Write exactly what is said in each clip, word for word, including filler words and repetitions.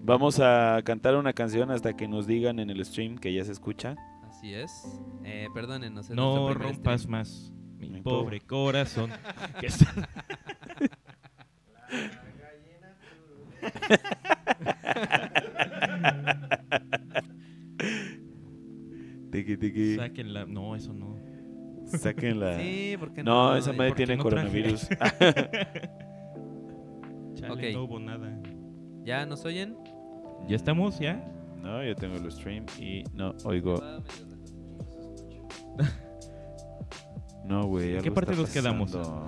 Vamos a cantar una canción hasta que nos digan en el stream que ya se escucha. Así es. Eh, perdónenos. es No nuestro primer rompas stream. más mi, Mi pobre pobre. corazón. Que está- Tiqui, tiqui. Sáquenla. No, eso no. Sáquenla. Sí, ¿por qué No, no? esa ¿Y madre por qué tiene no traje? coronavirus. Chale, Ok. no hubo nada. ¿Ya nos oyen? ¿Ya estamos? ¿Ya? No, yo tengo el stream y no oigo. No, güey. ¿En qué algo parte está nos quedamos? pasando.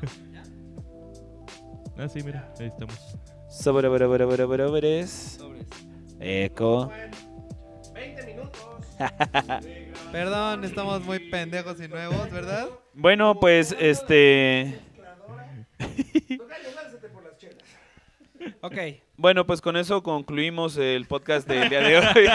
Ah, sí, mira. Ahí estamos. Sobreveres. Sobres. Eco. veinte minutos. Perdón, estamos muy pendejos y nuevos, ¿verdad? Bueno, pues este. Tocayo, lánzate por las chelas. Ok. Bueno, pues con eso concluimos el podcast del día de hoy.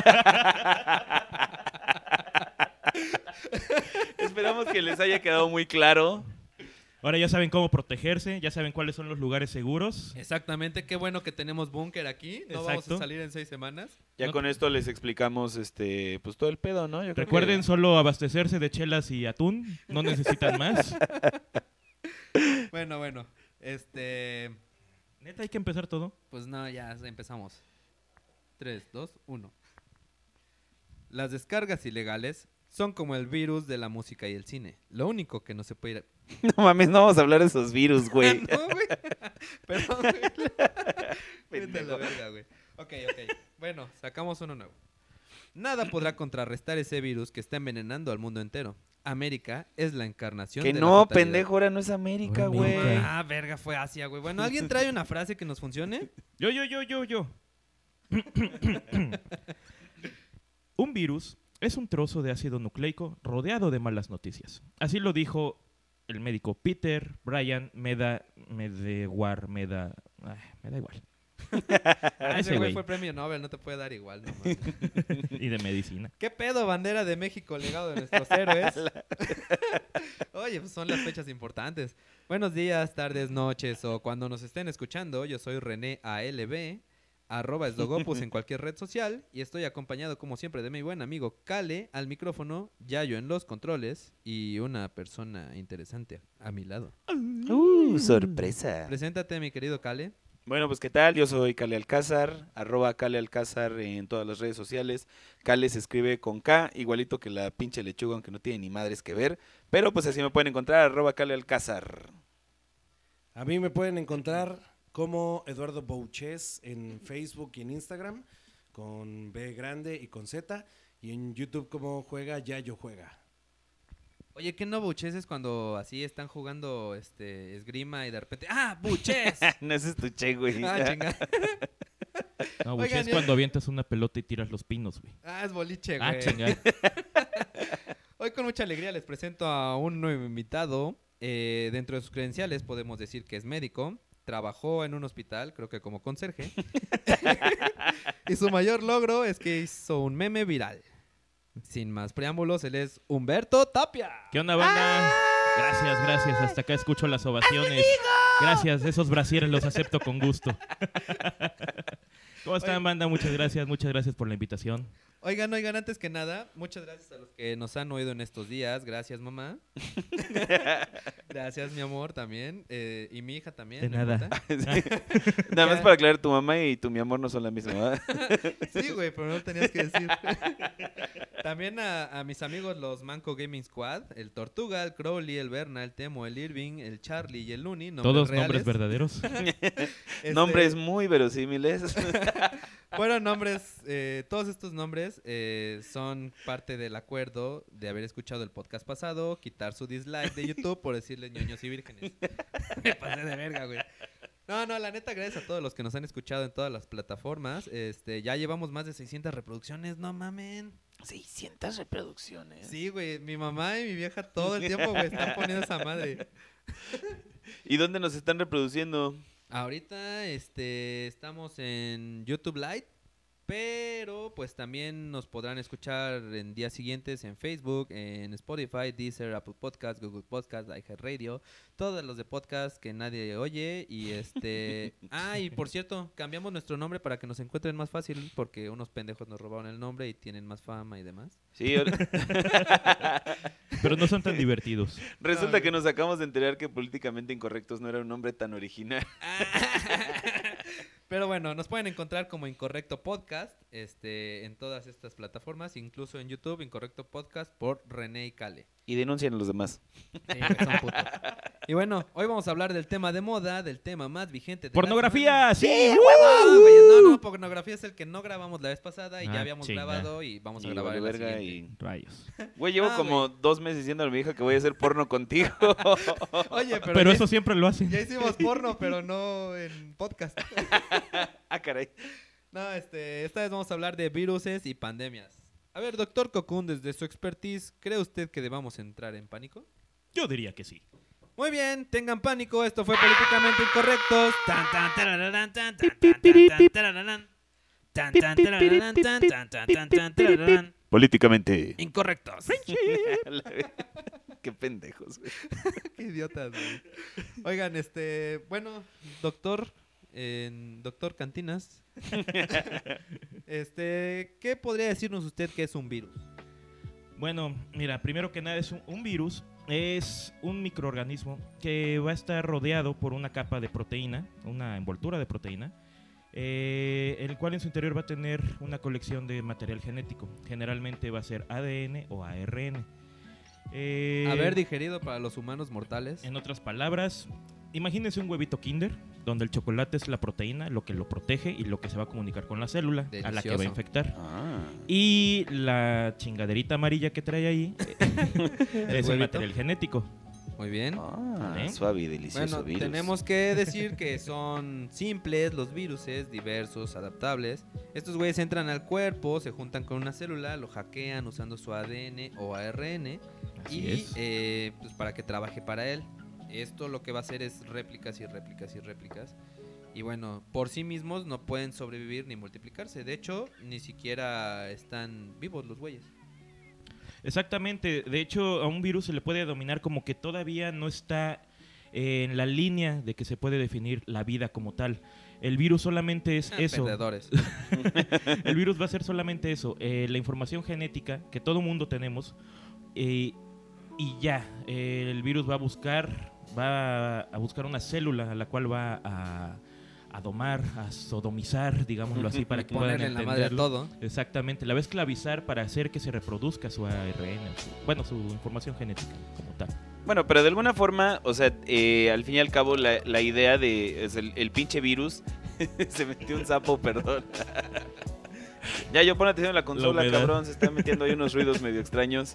Esperamos que les haya quedado muy claro. Ahora ya saben cómo protegerse, ya saben cuáles son los lugares seguros. Exactamente, qué bueno que tenemos búnker aquí. No vamos Exacto. a salir en seis semanas. Ya No- con esto les explicamos este pues todo el pedo, ¿no? Yo creo Recuerden que- solo abastecerse de chelas y atún, no necesitan más. Bueno, bueno. Este. Neta, hay que empezar todo. Pues no, ya empezamos. tres, dos, uno. Las descargas ilegales son como el virus de la música y el cine. Lo único que no se puede ir. No mames, no vamos a hablar de esos virus, güey. no, güey. Perdón, güey. Vete a Pendejo. la verga, güey. Ok, ok. Bueno, sacamos uno nuevo. Nada podrá contrarrestar ese virus que está envenenando al mundo entero. América es la encarnación Que de la no, fatalidad. pendejo, ahora no es América, Ahora güey. América. Ah, verga, fue Asia, güey. Bueno, ¿alguien trae una frase que nos funcione? Yo, yo, yo, yo, yo. Un virus es un trozo de ácido nucleico rodeado de malas noticias. Así lo dijo el médico Peter Brian Meda Medewar Meda. Ay, me da igual. Ah, ese ese güey güey. fue premio Nobel, no te puede dar igual, no mames. Y de medicina. ¿Qué pedo, bandera de México, legado de nuestros héroes? Oye, pues son las fechas importantes. Buenos días, tardes, noches o cuando nos estén escuchando. Yo soy René A L B, arroba esdogopus en cualquier red social y estoy acompañado como siempre de mi buen amigo Kale al micrófono, Yayo en los controles y una persona interesante a mi lado. Uh, sorpresa. Preséntate, mi querido Kale. Bueno, pues ¿qué tal? Yo soy Cale Alcázar, arroba Cale Alcázar en todas las redes sociales. Cale se escribe con K, igualito que la pinche lechuga, aunque no tiene ni madres que ver. Pero pues así me pueden encontrar, arroba Cale Alcázar. A mí me pueden encontrar como Eduardo Bouches en Facebook y en Instagram, con B grande y con Z, y en YouTube como Juega Yayo Juega. Oye, ¿qué no buches es cuando así están jugando este esgrima y de repente ¡ah, buches! No, ese es tu che, güey. ah, chinga. No, Oigan, buche, es ya- cuando avientas una pelota y tiras los pinos, güey. Ah, es boliche, güey. Ah, chinga. Hoy con mucha alegría les presento a un nuevo invitado. Eh, dentro de sus credenciales podemos decir que es médico. Trabajó en un hospital, creo que como conserje. Y su mayor logro es que hizo un meme viral. Sin más preámbulos, él es Humberto Tapia. ¿Qué onda, banda? Gracias, gracias. Hasta acá escucho las ovaciones. Gracias, esos brasieres los acepto con gusto. ¿Cómo están, banda? Muchas gracias, muchas gracias por la invitación. Oigan, oigan, antes que nada, muchas gracias a los que nos han oído en estos días. Gracias, mamá. Gracias, mi amor, también. Eh, y mi hija también. De no nada. importa. Sí. Nada más para aclarar, tu mamá y tu mi amor no son la misma, ¿verdad? Sí, güey, pero no lo tenías que decir. También a, a mis amigos los Manco Gaming Squad, el Tortuga, el Crowley, el Berna, el Temo, el Irving, el Charlie y el Luni. Nombres Todos reales. nombres verdaderos. Este, Nombres muy verosímiles. Fueron nombres, eh, todos estos nombres eh, son parte del acuerdo de haber escuchado el podcast pasado, quitar su dislike de YouTube por decirle ñoños y vírgenes. Me pasé de verga, güey. No, no, la neta, gracias a todos los que nos han escuchado en todas las plataformas. Este, ya llevamos más de seiscientas reproducciones, no mamen. seiscientas reproducciones. Sí, güey, mi mamá y mi vieja todo el tiempo, güey, están poniendo esa madre. ¿Y dónde nos están reproduciendo? Ahorita, este, estamos en YouTube Lite, Pero pues también nos podrán escuchar en días siguientes en Facebook, en Spotify, Deezer, Apple Podcast, Google Podcast, iHeartRadio, todos los de podcast que nadie oye. Y este... Ah, y por cierto, cambiamos nuestro nombre para que nos encuentren más fácil, porque unos pendejos nos robaron el nombre y tienen más fama y demás. Sí, ahora- Pero no son tan divertidos. resulta No, que nos acabamos de enterar que Políticamente Incorrectos no era un nombre tan original. Pero bueno, nos pueden encontrar como Incorrecto Podcast este, en todas estas plataformas, incluso en YouTube, Incorrecto Podcast por René y Cale. Y denuncian a los demás. Sí, que son putos. Y bueno, hoy vamos a hablar del tema de moda, del tema más vigente de la ¡Pornografía! semana. ¡Sí! No, güey, no, no, pornografía es el que no grabamos la vez pasada y Ah, ya habíamos chinga. grabado y vamos a Y grabar vale en la verga siguiente. y... Rayos. Güey, llevo Ah, como güey. dos meses diciendo a mi hija que voy a hacer porno contigo. Oye, pero, Pero ya, eso siempre lo hacen. ya hicimos porno, pero no en podcast. Ah, caray. No, este, esta vez vamos a hablar de viruses y pandemias. A ver, doctor Cocoon, desde su expertise, ¿cree usted que debamos entrar en pánico? Yo diría que sí. Muy bien, tengan pánico, esto fue Políticamente Incorrectos. Tan, tan, tarararán, tan, tan, tan, tan, tarararán. Tan, tan, tarararán, tan, tan, tan, tan, tan, tarararán. Políticamente. Incorrectos. Qué pendejos, güey. Qué idiotas, güey. Oigan, este, bueno, doctor, en doctor Cantinas, este, ¿qué podría decirnos usted que es un virus? Bueno, mira, primero que nada es un, un virus, es un microorganismo que va a estar rodeado por una capa de proteína, una envoltura de proteína, eh, el cual en su interior va a tener una colección de material genético. Generalmente va a ser A D N o A R N. Eh, Haber digerido para los humanos mortales. En otras palabras, imagínense un huevito Kinder, donde el chocolate es la proteína, lo que lo protege y lo que se va a comunicar con la célula a la que va a Delicioso. infectar. Ah. Y la chingaderita amarilla que trae ahí es el huevito? material genético. Muy bien. Ah, Vale. suave y delicioso Bueno, virus. tenemos que decir que son simples los viruses, diversos, adaptables. Estos güeyes entran al cuerpo, se juntan con una célula, lo hackean usando su A D N o A R N Así y es. eh, pues para que trabaje para él. Esto lo que va a hacer es réplicas y réplicas y réplicas. Y bueno, por sí mismos no pueden sobrevivir ni multiplicarse. De hecho, ni siquiera están vivos los güeyes. Exactamente. De hecho, a un virus se le puede denominar como que todavía no está eh, en la línea de que se puede definir la vida como tal. El virus solamente es Ah, eso. Perdedores. El virus va a ser solamente eso, eh, la información genética que todo mundo tenemos eh, y ya, eh, el virus va a buscar, va a buscar una célula a la cual va a, a domar, a sodomizar, digámoslo así, para que puedan Ponerle en la madre a entenderlo. todo. Exactamente, la va a esclavizar para hacer que se reproduzca su A R N, su- bueno, su información genética como tal. Bueno, pero de alguna forma, o sea, eh, al fin y al cabo, la, la idea de es el, el pinche virus se metió un sapo, perdón. Ya, yo pon atención a la consola, humedad. cabrón, se están metiendo ahí unos ruidos medio extraños.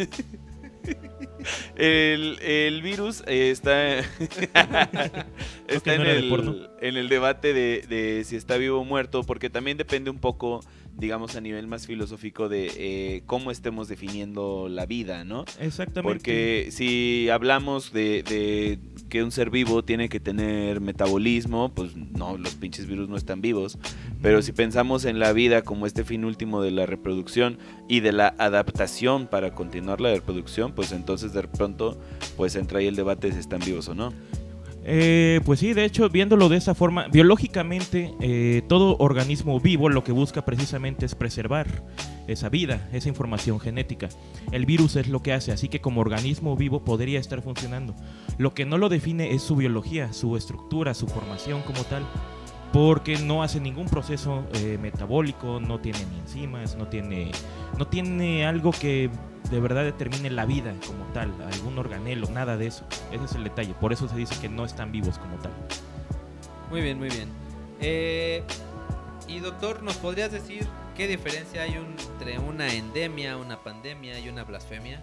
El, el virus eh, está, está en, no era de el, porno. en el debate de, de si está vivo o muerto, porque también depende un poco, digamos, a nivel más filosófico de eh, cómo estemos definiendo la vida, ¿no? Exactamente. Porque si hablamos de, de que un ser vivo tiene que tener metabolismo, pues no, los pinches virus no están vivos. Pero si pensamos en la vida como este fin último de la reproducción y de la adaptación para continuar la reproducción, pues entonces de pronto pues entra ahí el debate de si están vivos o no. Eh, pues sí, de hecho, viéndolo de esa forma, biológicamente, eh, todo organismo vivo lo que busca precisamente es preservar esa vida, esa información genética. El virus es lo que hace, así que como organismo vivo podría estar funcionando. Lo que no lo define es su biología, su estructura, su formación como tal, porque no hace ningún proceso eh, metabólico, no tiene ni enzimas, no tiene, no tiene algo que de verdad determine la vida como tal, algún organelo, nada de eso. Ese es el detalle, por eso se dice que no están vivos como tal. Muy bien, muy bien. Eh, y doctor, ¿nos podrías decir qué diferencia hay un- entre una endemia, una pandemia y una blasfemia?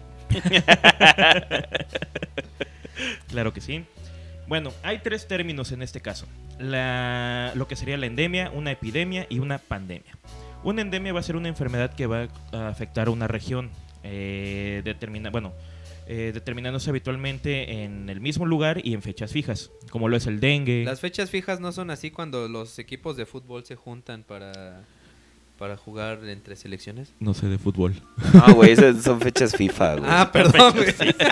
Claro que sí. Bueno, hay tres términos en este caso. La, lo que sería la endemia, una epidemia y una pandemia. Una endemia va a ser una enfermedad que va a afectar a una región, eh, determina, bueno, eh, determinándose habitualmente en el mismo lugar y en fechas fijas, como lo es el dengue. Las fechas fijas no son así cuando los equipos de fútbol se juntan para para jugar entre selecciones? No sé de fútbol. No, güey, esas son fechas FIFA, güey. Ah, perdón, güey.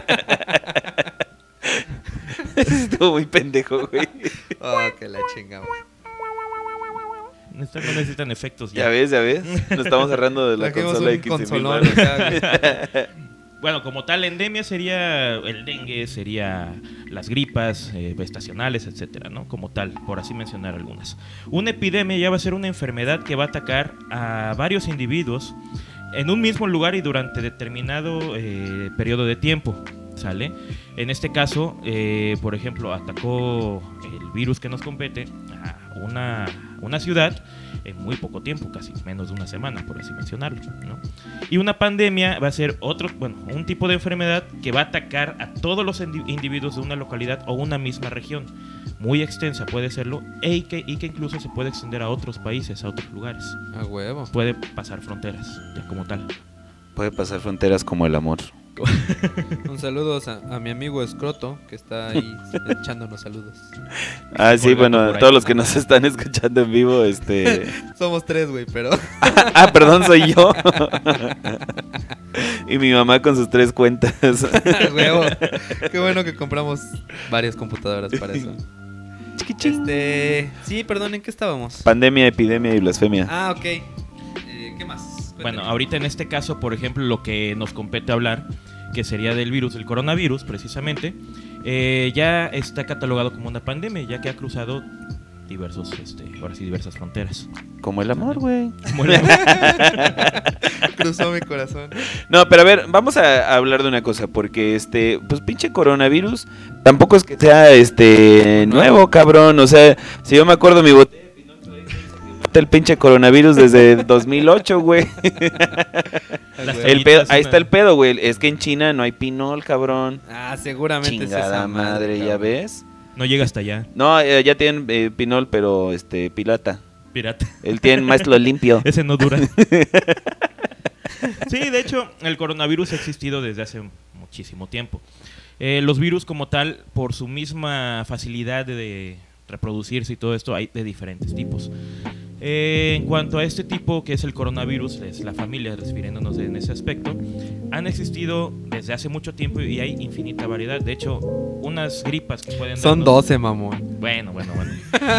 Estuvo muy pendejo, güey. Oh, que la chingamos. Estas no necesitan efectos ya. Ya ves, ya ves. Nos estamos agarrando de la Trajimos consola de un quince mil consolón baros. acá, güey. Bueno, como tal, la endemia sería el dengue, sería las gripas eh, estacionales, etcétera, ¿no? Como tal, por así mencionar algunas. Una epidemia ya va a ser una enfermedad que va a atacar a varios individuos en un mismo lugar y durante determinado eh, periodo de tiempo, ¿sale? En este caso, eh, por ejemplo, atacó el virus que nos compete a una, una ciudad en muy poco tiempo, casi menos de una semana, por así mencionarlo, ¿no? Y una pandemia va a ser otro, bueno, un tipo de enfermedad que va a atacar a todos los indi- individuos de una localidad o una misma región, muy extensa puede serlo, e que, y que incluso se puede extender a otros países, a otros lugares. A huevo. Puede pasar fronteras, ya como tal. Puede pasar fronteras como el amor. Un saludo a, a mi amigo Escroto, que está ahí echándonos saludos. Ah, sí, Colgando bueno, por ahí. todos los que nos están escuchando en vivo, este... Somos tres, güey, pero... Ah, perdón, soy yo. Y mi mamá con sus tres cuentas. A huevo. Qué bueno que compramos varias computadoras para eso. Este... Sí, perdón, ¿en qué estábamos? Pandemia, epidemia y blasfemia. Ah, ok. Eh, ¿Qué más? Bueno, Cuéntame. ahorita en este caso, por ejemplo, lo que nos compete hablar, que sería del virus, del coronavirus, precisamente, eh, ya está catalogado como una pandemia, ya que ha cruzado diversos, este, ahora sí, diversas fronteras. Como el amor, güey. Como el- Cruzó mi corazón. No, pero a ver, vamos a, a hablar de una cosa, porque este, pues pinche coronavirus, tampoco es que sea este nuevo, cabrón. O sea, si yo me acuerdo mi botella de Pinocho ahí, el pinche coronavirus desde dos mil ocho, güey. Las El pedo, Ahorita ahí es está el una- pedo, güey. Es que en China no hay pinol, cabrón. Ah, seguramente es Chingada esa madre, ¿ya cabrón. ves? No llega hasta allá, No, eh, ya tienen eh, pinol, pero este, pirata. pirata. Él tiene más lo limpio. Ese no dura. Sí, de hecho, el coronavirus ha existido desde hace muchísimo tiempo. Eh, los virus como tal, por su misma facilidad de, de reproducirse y todo esto, hay de diferentes tipos. Eh, en cuanto a este tipo que es el coronavirus, es la familia, refiriéndonos en ese aspecto, han existido desde hace mucho tiempo y hay infinita variedad. De hecho, unas gripas que pueden Son darnos- doce, mamón. Bueno, bueno, bueno.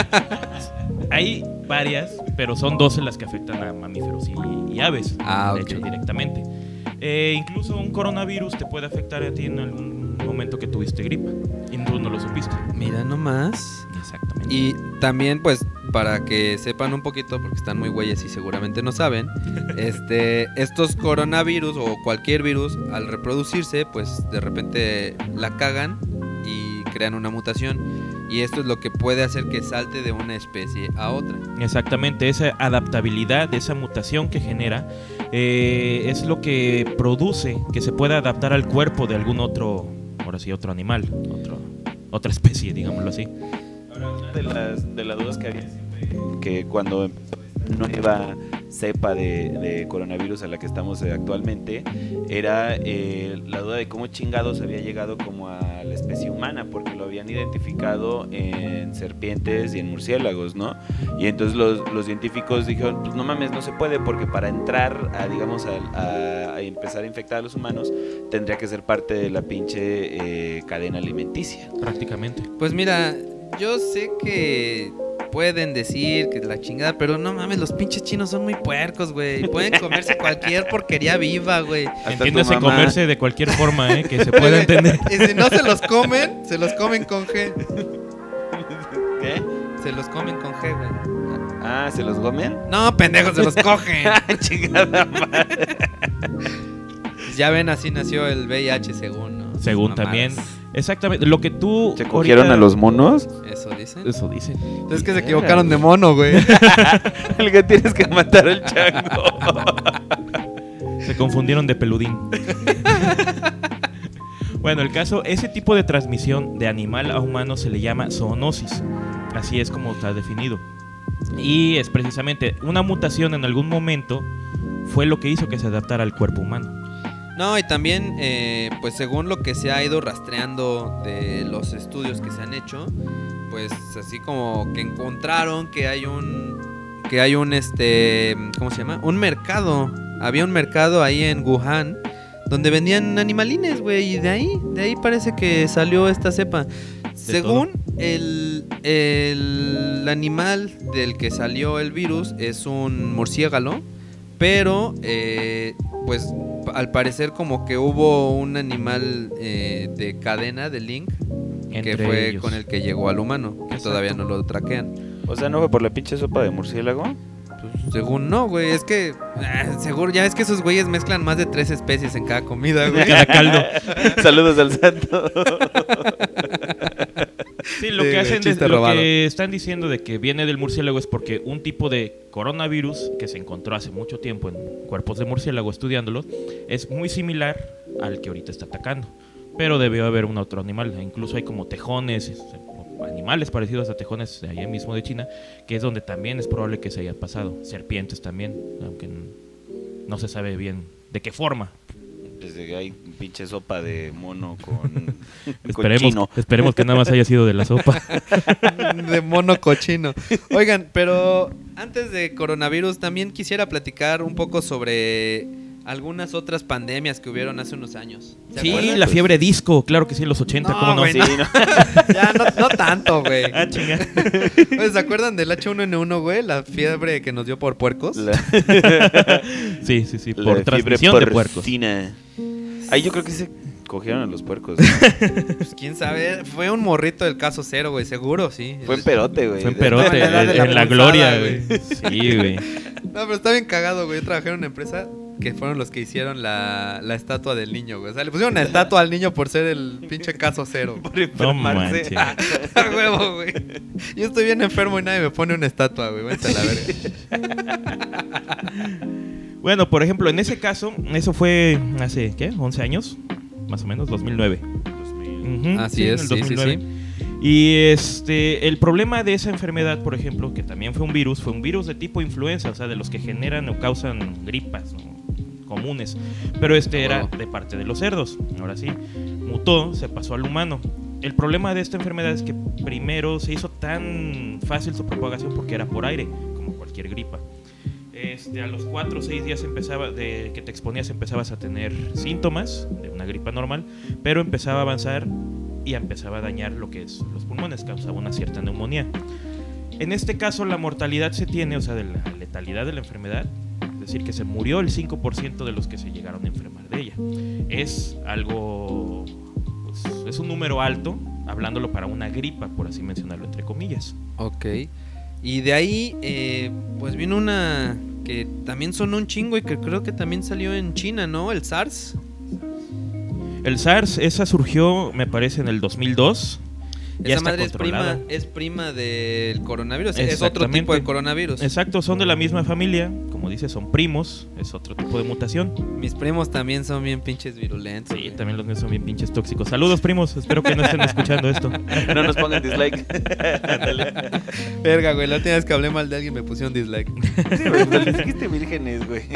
Hay varias, pero son doce las que afectan a mamíferos y, y aves, Ah, de ok. hecho, directamente. Eh, incluso un coronavirus te puede afectar a ti en algún momento que tuviste gripa y tú no lo supiste. Mira nomás. Exactamente. Y también, pues, para que sepan un poquito, porque están muy güeyes y seguramente no saben, este, estos coronavirus o cualquier virus, al reproducirse, pues de repente la cagan y crean una mutación. Y esto es lo que puede hacer que salte de una especie a otra. Exactamente, esa adaptabilidad, esa mutación que genera, eh, es lo que produce que se pueda adaptar al cuerpo de algún otro, ahora sí, otro animal, otro, otra especie, digámoslo así. Ahora, una de las, de las dudas que había siempre, que cuando empezó esta nueva cepa de, de coronavirus a la que estamos eh, actualmente, era eh, la duda de cómo chingados había llegado como a la especie humana, porque lo habían identificado en serpientes y en murciélagos, ¿no? Y entonces los, los científicos dijeron, pues no mames, no se puede, porque para entrar a, digamos, a, a- a empezar a infectar a los humanos, tendría que ser parte de la pinche eh, cadena alimenticia. Prácticamente. Pues mira, yo sé que pueden decir que la chingada, pero no mames, los pinches chinos son muy puercos, güey. Pueden comerse cualquier porquería viva, güey. Hasta Entiéndase tu mamá. comerse de cualquier forma, ¿eh? Que se pueda entender. Y si no se los comen, se los comen con G. ¿Qué? Se los comen con G, güey. Ah, ¿se los comen? No, pendejos, se los cogen. Chingada madre. Ya ven, así nació el V I H según, ¿no? Según Mamadas. también. Exactamente. Lo que tú. ¿Se cogieron ahorita- a los monos? Eso dicen. Eso dicen. Es que se equivocaron de mono, güey. El que tienes que matar al chango. Se confundieron de peludín. Bueno, el caso, ese tipo de transmisión de animal a humano se le llama zoonosis. Así es como está definido. Y es precisamente una mutación en algún momento fue lo que hizo que se adaptara al cuerpo humano. No, y también, eh, pues según lo que se ha ido rastreando de los estudios que se han hecho, pues así como que encontraron que hay un que hay un, este, ¿cómo se llama? Un mercado. Había un mercado ahí en Wuhan donde vendían animalines, güey, y de ahí, de ahí parece que salió esta cepa. Según el, el animal del que salió el virus es un murciélago, pero eh, pues al parecer como que hubo un animal eh, de cadena, de link, Entre que fue ellos. con el que llegó al humano, que Exacto. todavía no lo traquean. O sea, ¿no fue por la pinche sopa de murciélago? Pues, según no, güey, es que ah, seguro ya es que esos güeyes mezclan más de tres especies en cada comida, güey. Cada caldo. Saludos al santo. Sí, lo Sí, que güey, hacen, chiste es, lo robado. que están diciendo de que viene del murciélago es porque un tipo de coronavirus que se encontró hace mucho tiempo en cuerpos de murciélago estudiándolo es muy similar al que ahorita está atacando, pero debió haber un otro animal. Incluso hay como tejones, o animales parecidos a tejones de allá mismo de China, que es donde también es probable que se haya pasado. Serpientes también, aunque no se sabe bien de qué forma. Desde que hay pinche sopa de mono con, con Esperemos, chino. esperemos que nada más haya sido de la sopa. De mono cochino. Oigan, pero antes de coronavirus también quisiera platicar un poco sobre algunas otras pandemias que hubieron hace unos años. ¿Se Sí, acuerdan? la fiebre disco, claro que sí, en los ochenta, No, ¿cómo no? güey, Sí, no. ¿no? Ya, no, no tanto, güey. Ah, chinga. Oye, ¿se acuerdan del H uno N uno, güey? La fiebre que nos dio por puercos. La, Sí, sí, sí, la por fiebre transmisión de puercos. porcina. Ahí yo creo que se cogieron a los puercos. Pues quién sabe, fue un morrito del caso cero, güey, seguro, sí. Fue en perote, güey. Fue en Perote, En la edad de en, la en la punzada, gloria, güey. güey. Sí, güey. No, pero está bien cagado, güey. Yo trabajé en una empresa que fueron los que hicieron la, la estatua del niño, güey. O sea, le pusieron una estatua al niño por ser el pinche caso cero. Por No enfermarse. manches. A huevo, güey. Yo estoy bien enfermo y nadie me pone una estatua, güey. Vete a la verga. Bueno, por ejemplo, en ese caso, eso fue hace, ¿qué? once años, más o menos, dos mil nueve. Ujú, Así sí, en es, el sí, sí, dos mil nueve. Y este, el problema de esa enfermedad, por ejemplo, que también fue un virus, fue un virus de tipo influenza, o sea, de los que generan o causan gripas, ¿no? Comunes. Pero este era Oh. de parte de los cerdos. Ahora sí, mutó, se pasó al humano. El problema de esta enfermedad es que primero se hizo tan fácil su propagación porque era por aire, como cualquier gripa. Este, a los cuatro o seis días empezaba de que te exponías empezabas a tener síntomas de una gripa normal, pero empezaba a avanzar y empezaba a dañar lo que es los pulmones, causaba una cierta neumonía. En este caso la mortalidad se tiene, o sea, de la letalidad de la enfermedad, es decir, que se murió el cinco por ciento de los que se llegaron a enfermar de ella. Es algo, pues, es un número alto, hablándolo para una gripa, por así mencionarlo entre comillas. Ok. Y de ahí, eh, pues vino una que también sonó un chingo y que creo que también salió en China, ¿no? El SARS. El SARS, esa surgió, me parece, en el dos mil dos. Ya Esa está madre es prima, controlada. es prima del coronavirus. Es otro Exactamente. tipo de coronavirus. Exacto, son de la misma familia, como dice, son primos, es otro tipo de mutación. Mis primos también son bien pinches virulentos. Sí, güey. también los míos son bien pinches tóxicos. Saludos, primos, espero que no estén escuchando esto. No nos pongan dislike. Ándale. Verga, güey. La última vez que hablé mal de alguien me pusieron dislike. Sí, güey, pues les dijiste vírgenes, güey.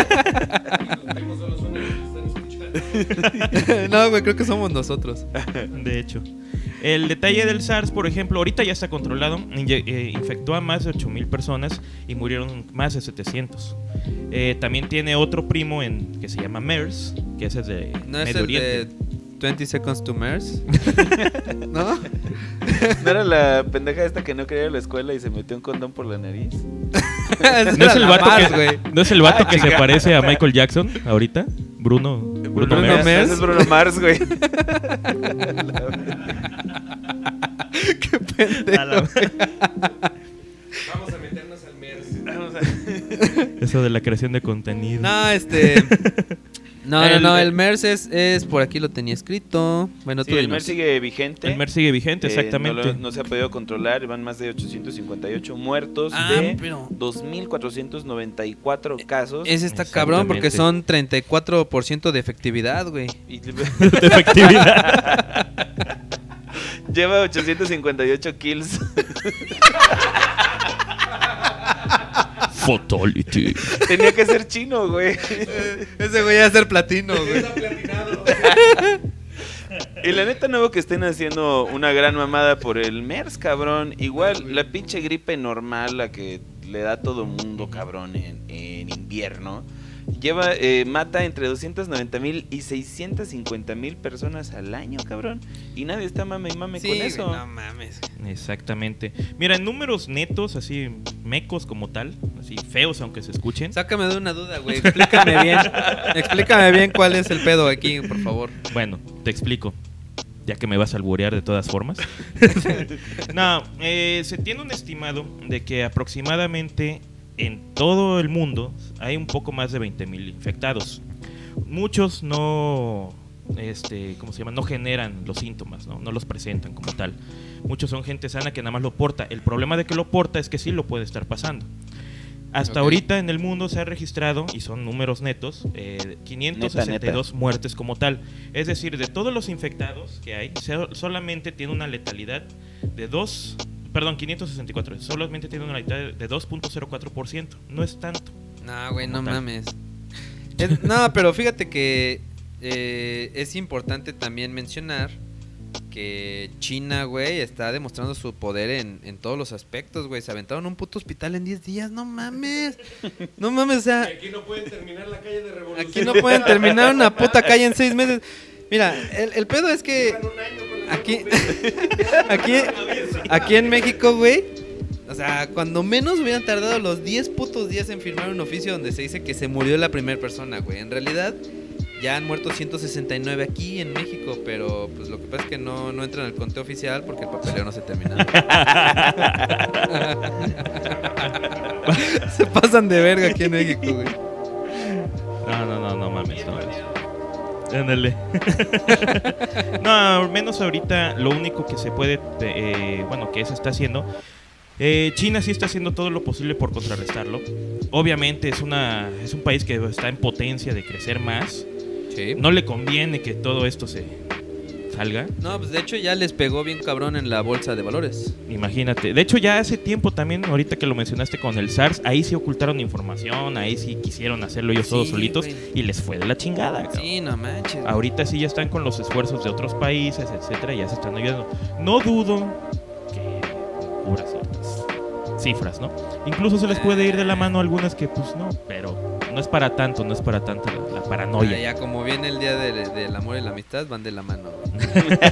No, güey, creo que somos nosotros. De hecho, el detalle del SARS, por ejemplo, ahorita ya está controlado, inye- eh, infectó a más de ocho mil personas y murieron más de setecientos. Eh, también tiene otro primo en, que se llama MERS, que ese es de ¿No es Medio el Oriente. de veinte Seconds to Mars? ¿No? ¿No era la pendeja esta que no quería ir a la escuela y se metió un condón por la nariz? ¿No es el vato Mars, que, güey. ¿no es el vato Ah, que se chica. parece a Michael Jackson ahorita? Bruno, Bruno, Bruno Mars. Mars. Ese es Bruno Mars, güey. Qué pendejo. A la- Vamos a meternos al MERS. Vamos a- Eso de la creación de contenido. No, este. No, no, El- no. El MERS es, es por aquí lo tenía escrito. Bueno, Sí, tú el dinos. MERS sigue vigente. El MERS sigue vigente, Eh, exactamente. no, lo- no se ha podido controlar, van más de ochocientos cincuenta y ocho muertos Ah, de pero- dos mil cuatrocientos noventa y cuatro casos. Ese está cabrón porque Exactamente. son treinta y cuatro por ciento de efectividad, güey. Y De efectividad. lleva ochocientos cincuenta y ocho kills. Fatality. Tenía que ser chino, güey. Ese güey va a ser platino, güey. Y la neta no veo que estén haciendo una gran mamada por el MERS, cabrón. Igual, la pinche gripe normal, la que le da a todo mundo, cabrón, en, en invierno. Lleva, eh, mata entre doscientos noventa mil y seiscientos cincuenta mil personas al año, cabrón. Y nadie está mame y mame Sí, con güey, eso. no mames. Exactamente. Mira, en números netos, así mecos como tal, así feos aunque se escuchen. Sácame de una duda, güey. Explícame bien. Explícame bien cuál es el pedo aquí, por favor. Bueno, te explico. Ya que me vas a alburear de todas formas. No, eh, se tiene un estimado de que aproximadamente en todo el mundo hay un poco más de veinte mil infectados. Muchos no, este, ¿cómo se llama? No generan los síntomas, ¿no? No los presentan como tal. Muchos son gente sana que nada más lo porta. El problema de que lo porta es que sí lo puede estar pasando. Hasta Ok. ahorita en el mundo se ha registrado, y son números netos, eh, quinientas sesenta y dos Neta, neta. muertes como tal. Es decir, de todos los infectados que hay, se- solamente tiene una letalidad de dos, perdón, quinientos sesenta y cuatro, solamente tiene una letalidad de dos punto cero cuatro por ciento. No es tanto. No, güey, no Como tal. mames. Es- no, pero fíjate que eh, es importante también mencionar que China, güey, está demostrando su poder en, en todos los aspectos, güey. Se aventaron un puto hospital en diez días, no mames. No mames, o sea, Aquí no pueden terminar la calle de Revolución. aquí no pueden terminar una puta calle en seis meses. Mira, el, el pedo es que Llevan un año con la aquí, aquí, aquí en México, güey, o sea, cuando menos hubieran tardado los diez putos días en firmar un oficio donde se dice que se murió la primera persona, güey. En realidad, ya han muerto ciento sesenta y nueve aquí en México, pero pues lo que pasa es que no, no entran al conteo oficial porque el papeleo no se termina. Se pasan de verga aquí en México, güey. No, no, no, no mames. No mames. Ándale. No, al menos ahorita lo único que se puede, eh, bueno, que se está haciendo, eh, China sí está haciendo todo lo posible por contrarrestarlo. Obviamente es una es un país que está en potencia de crecer más. Sí. No le conviene que todo esto se salga. No, pues de hecho ya les pegó bien cabrón en la bolsa de valores. Imagínate. De hecho, ya hace tiempo también, ahorita que lo mencionaste con el SARS, ahí sí ocultaron información, ahí sí quisieron hacerlo ellos Sí, todos solitos güey. y les fue de la chingada, cabrón. Sí, no manches. güey. Ahorita sí ya están con los esfuerzos de otros países, etcétera, ya se están ayudando. No dudo que cubra ciertas cifras, ¿no? Incluso se les puede ir de la mano algunas que, pues no, pero no es para tanto, no es para tanto la, la Ah, paranoia. ya como viene el día de- del amor y la amistad, van de la mano. güey.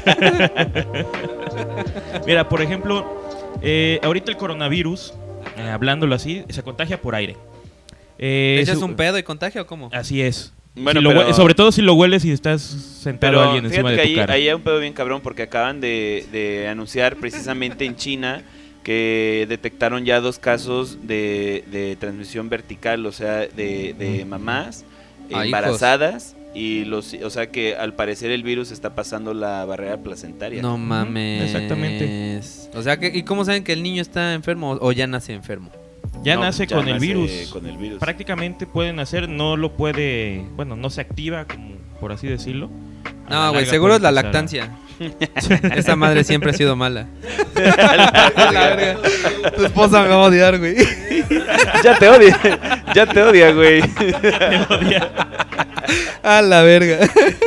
Mira, por ejemplo, eh, ahorita el coronavirus, eh, hablándolo así, se contagia por aire. Eh, ¿Te echas su- un pedo y contagio o cómo? Así es. Bueno, Si lo pero- hue- sobre todo si lo hueles y estás sentado Pero alguien encima fíjate de que tu ahí, cara. ahí hay un pedo bien cabrón porque acaban de, de anunciar precisamente en China que detectaron ya dos casos de, de transmisión vertical, o sea, de, de mamás Ah, embarazadas y los, o sea que al parecer el virus está pasando la barrera placentaria. No mames. exactamente. O sea, que, ¿y cómo saben que el niño está enfermo o ya nace enfermo? Ya No, nace ya con el nace virus. Con el virus. Prácticamente pueden hacer, no lo puede, bueno, no se activa, como por así decirlo. A la No, güey, larga seguro es puede la empezar a- lactancia. Esa madre siempre ha sido mala. A la verga. Tu esposa me va a odiar, güey. Ya te odia, ya te odia, güey. Te odia. A la verga.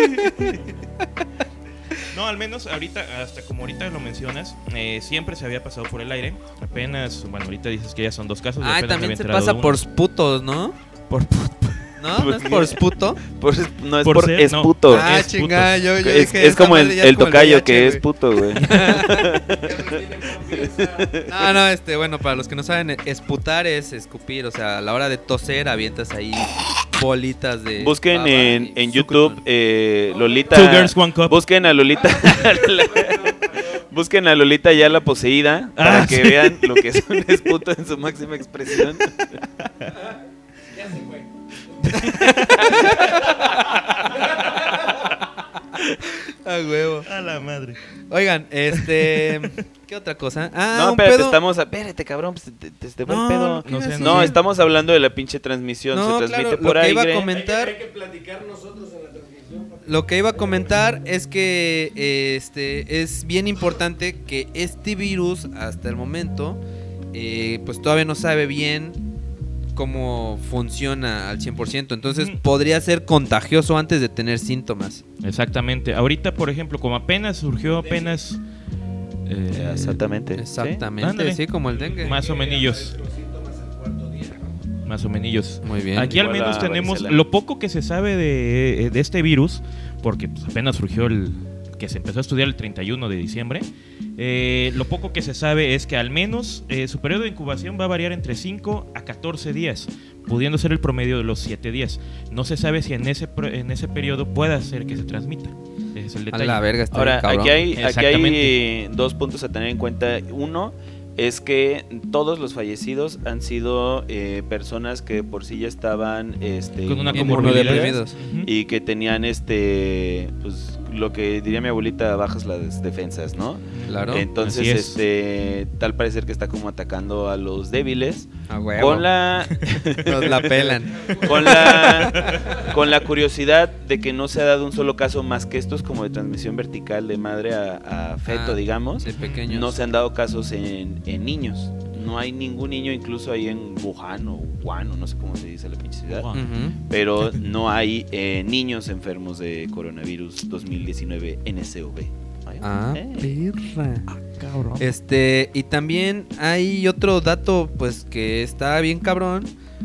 No, al menos ahorita, hasta como ahorita lo mencionas, eh, siempre se había pasado por el aire. Apenas, bueno, ahorita dices que ya son dos casos. y Ay, apenas me también había se enterado pasa de uno. por sputos, ¿no? Por ¿No? ¿No es por sputo? Por- no es Por por, ser- es no. puto. Ah, es puto. chingada, yo, yo es dije, es esa como el, madre ya es el como tocayo V I H, que es güey. puto, güey. No, no, este, bueno, para los que no saben, esputar es escupir, o sea, a la hora de toser avientas ahí bolitas de Busquen baba en, y en suco y YouTube con- eh, Lolita. Two Girls, One Cup. Busquen a Lolita. Busquen a Lolita ya la poseída para Ah, que sí. vean lo que es un esputo en su máxima expresión. Ah, huevo. A la madre. Oigan, este, ¿qué otra cosa? Ah, no, un espérate, pedo. estamos. a- Espérate, cabrón, pues, te, te- te va No, el pedo. no, ¿qué No ibas sé, a no No, decir? estamos hablando de la pinche transmisión. No, Se transmite claro, por lo que iba a aire. comentar- Hay que platicar nosotros en la transmisión. Lo que iba a comentar es que eh, este es bien importante que este virus hasta el momento eh, pues todavía no sabe bien cómo funciona al cien por ciento. Entonces Ujú. podría ser contagioso antes de tener síntomas. Exactamente. Ahorita, por ejemplo, como apenas surgió, apenas. eh, Exactamente. ¿sí? Exactamente, Ándale. sí, como el dengue. Más o menos. más o menos. Muy bien. Aquí al Igual menos a tenemos varicela. lo poco que se sabe de, de este virus, porque pues, apenas surgió el que se empezó a estudiar el treinta y uno de diciembre. Eh, lo poco que se sabe es que al menos eh, su periodo de incubación va a variar entre cinco a catorce días, pudiendo ser el promedio de los siete días. No se sabe si en ese pro- en ese periodo pueda ser que se transmita. Ese es el A detalle. la verga, está Ahora, bien cabrón. aquí hay, aquí hay Exactamente. eh, dos puntos a tener en cuenta. Uno es que todos los fallecidos han sido eh, personas que por sí ya estaban este, Con una inmunodeprimidas inmunodeprimidos. Ujú. y que tenían este, pues lo que diría mi abuelita, bajas las defensas, ¿no? Claro. Entonces, Así es. este, tal parecer que está como atacando a los débiles A huevo. con la Nos la pelan. con la con la curiosidad de que no se ha dado un solo caso más que estos como de transmisión vertical de madre a, a feto, Ah, digamos. De pequeños. No se han dado casos en, en niños. No hay ningún niño, incluso ahí en Wuhan o Wuhan, o no sé cómo se dice la pinche ciudad. Wuhan. Ujú. Pero no hay eh, niños enfermos de coronavirus dos mil diecinueve N S V. Ay, Ah, eh. perra. Cabrón. Este, y también hay otro dato, pues, que está bien cabrón,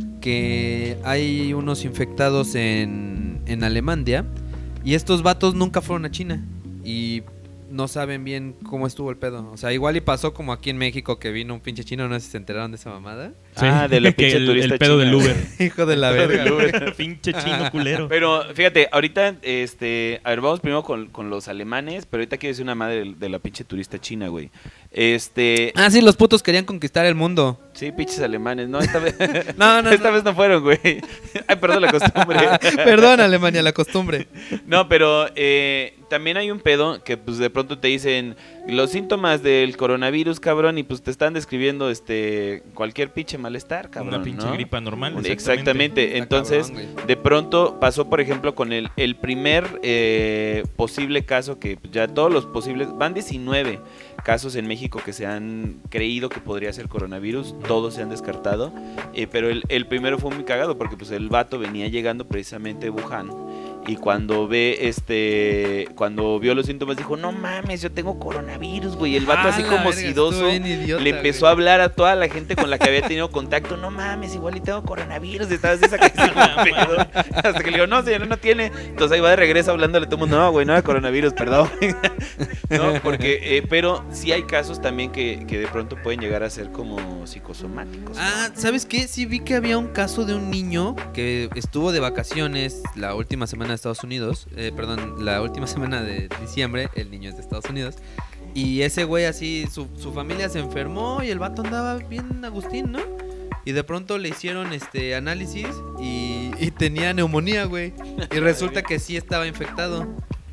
que hay unos infectados en, en Alemania, y estos vatos nunca fueron a China, y no saben bien cómo estuvo el pedo. O sea, igual y pasó como aquí en México, que vino un pinche chino, no sé si se enteraron de esa mamada. Ah, de la que pinche el, turista el pedo china, del güey. Uber. Hijo de la verga. güey. Pinche chino culero. Pero fíjate, ahorita, este, a ver, vamos primero con, con los alemanes, pero ahorita quiero decir una madre de, de la pinche turista china, güey. Este, Ah, sí, los putos querían conquistar el mundo. sí, pinches alemanes, no, esta vez, No, no, esta no. vez no fueron, güey. Ay, perdón la costumbre. Perdón, Alemania, la costumbre. No, pero eh, también hay un pedo que pues de pronto te dicen los síntomas del coronavirus, cabrón, y pues te están describiendo este cualquier pinche malestar, cabrón, Una pinche ¿no? gripa normal. Exactamente. Está Entonces, cabrón, güey. de pronto pasó, por ejemplo, con el, el primer eh, posible caso que ya todos los posibles, van diecinueve casos en México que se han creído que podría ser coronavirus, todos se han descartado, eh, pero el, el primero fue muy cagado porque pues el vato venía llegando precisamente de Wuhan y cuando ve este, cuando vio los síntomas dijo, no mames, yo tengo coronavirus, güey, el vato Ah, así la como verga, sidoso. estuvo bien idiota, Le empezó güey. a hablar a toda la gente con la que había tenido contacto. No mames, igual y tengo coronavirus. Estaba así sacadísimo de pedo. Hasta que le digo, no, señor, no tiene. Entonces ahí va de regreso hablándole a todo el mundo. No, güey, no era coronavirus, perdón. No, porque, eh, pero sí hay casos también que, que de pronto pueden llegar a ser como psicosomáticos. ¿no? Ah, ¿sabes qué? Sí vi que había un caso de un niño que estuvo de vacaciones la última semana de Estados Unidos. Eh, perdón, la última semana de diciembre. El niño es de Estados Unidos. Y ese güey así, su, su familia se enfermó y el vato andaba bien Agustín, ¿no? Y de pronto le hicieron este análisis y, y tenía neumonía, güey. Y resulta que sí estaba infectado.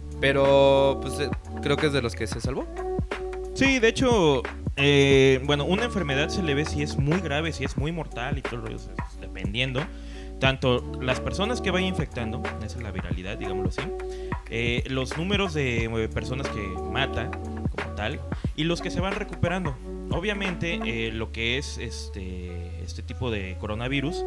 Pero pues eh, creo que es de los que se salvó. Sí, de hecho, eh, bueno, una enfermedad se le ve si es muy grave, si es muy mortal y todo eso, dependiendo. Tanto las personas que vayan infectando, esa es la viralidad, digámoslo así, eh, los números de eh, personas que mata como tal y los que se van recuperando. Obviamente, eh, lo que es este, este tipo de coronavirus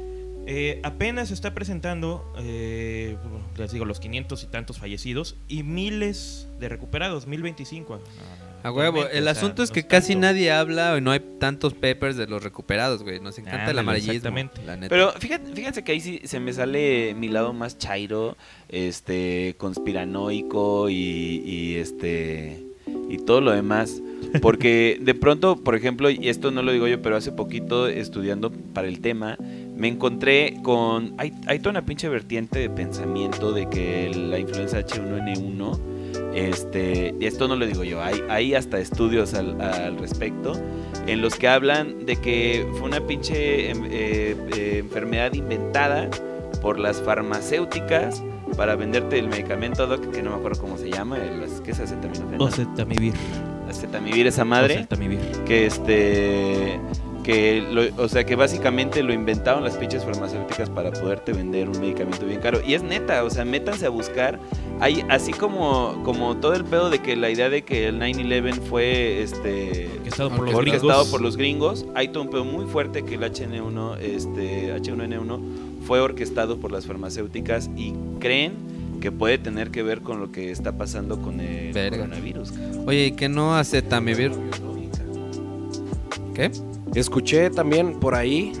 eh, apenas se está presentando, eh, les digo, los quinientos y tantos fallecidos y miles de recuperados, mil veinticinco. A huevo, Actualmente, el o sea, asunto es no que casi tanto. nadie habla y no hay tantos papers de los recuperados, güey. Nos encanta el Ándale, amarillismo, exactamente. la neta. Pero fíjate, fíjense que ahí sí se me sale mi lado más chairo, este, conspiranoico y, y este y todo lo demás. Porque de pronto, por ejemplo, y esto no lo digo yo, pero hace poquito estudiando para el tema, me encontré con... Hay, hay toda una pinche vertiente de pensamiento de que la influenza H uno N uno, este, y esto no lo digo yo, hay, hay hasta estudios al, al respecto, en los que hablan de que fue una pinche em, eh, eh, enfermedad inventada por las farmacéuticas para venderte el medicamento, doc, que no me acuerdo cómo se llama, el, ¿qué es acetaminofén? Oseltamivir. Acetamivir, esa madre, Oseltamivir. que este que lo, o sea que básicamente lo inventaron las pinches farmacéuticas para poderte vender un medicamento bien caro. Y es neta, o sea, métanse a buscar. Hay así como como todo el pedo de que la idea de que el nueve once fue este Orquestado por los orquestado gringos. por los gringos, hay todo un pedo muy fuerte que el H N uno, este H uno N uno fue orquestado por las farmacéuticas y creen que puede tener que ver con lo que está pasando con el Verga. coronavirus. Oye, ¿y qué no hace Tamivir? ¿Qué? Escuché también por ahí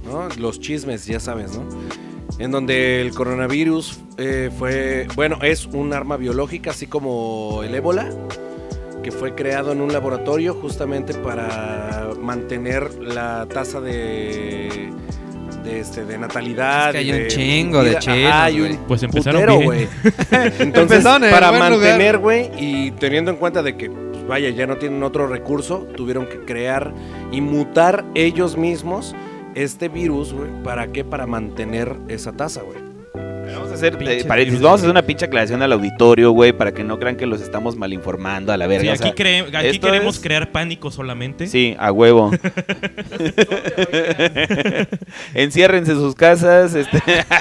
¿no? Los chismes, ya sabes, ¿no? En donde el coronavirus eh, fue, bueno, es un arma biológica, así como el ébola, que fue creado en un laboratorio justamente para mantener la tasa de, de, este, de natalidad. Es que hay de un chingo de vida. chinos, Ajá, hay güey. un Pues empezaron putero, bien. güey. Entonces, Empezaron en para buen mantener, lugar. güey, y teniendo en cuenta de que, pues, vaya, ya no tienen otro recurso, tuvieron que crear y mutar ellos mismos este virus, güey. ¿Para qué? Para mantener esa tasa, güey. Vamos a hacer, Pinche eh, paréntesis, virus, vamos a güey. hacer una pinche aclaración al auditorio, güey, para que no crean que los estamos malinformando a la verga. Sí, o aquí sea, cre- aquí esto queremos es- crear pánico solamente. Sí, a huevo. Enciérrense en sus casas, este...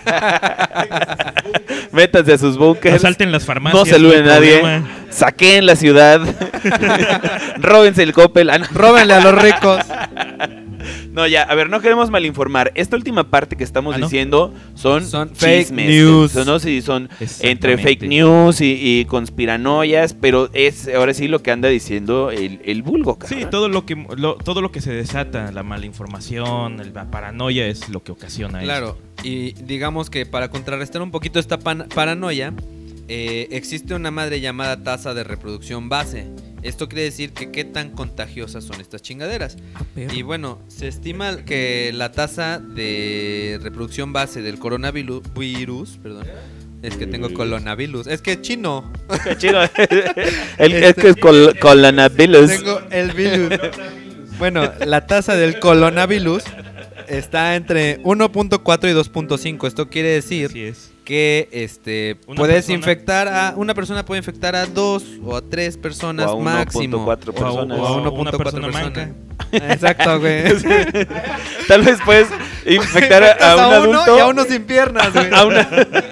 métanse a sus búnkers, Asalten las farmacias. no saluden a no hay nadie, problema. saqueen la ciudad, róbense el Coppel. Ah, no. Róbenle a los ricos. No, ya, a ver, no queremos malinformar. Esta última parte que estamos Ah, ¿no? diciendo son, Son fake chismes. news. Son, no, sí, son entre Exactamente. fake news y, y conspiranoias, pero es ahora sí lo que anda diciendo el, el vulgo, cabrón. Sí, todo lo que lo- todo lo que se desata, la mala información, el- la paranoia es lo que ocasiona Claro, y digamos que para contrarrestar un poquito esta pan- paranoia, eh, existe una madre llamada tasa de reproducción base. Esto quiere decir que qué tan contagiosas son estas chingaderas. Y bueno, se estima que la tasa de reproducción base del coronavirus, virus, perdón, es que tengo coronavirus, es que chino. Qué chido. El, es que es col, coronavirus. Tengo el virus. Bueno, la tasa del coronavirus está entre uno punto cuatro y dos punto cinco. Esto quiere decir Así es. que este Una puedes persona- infectar a una persona puede infectar a dos o a tres personas O a uno máximo. punto cuatro O a- personas. O a o a uno una punto cuatro persona personas. manca. Exacto, güey. Tal vez puedes infectar a, Infectas a un uno adulto. y a uno sin piernas, güey. a, una-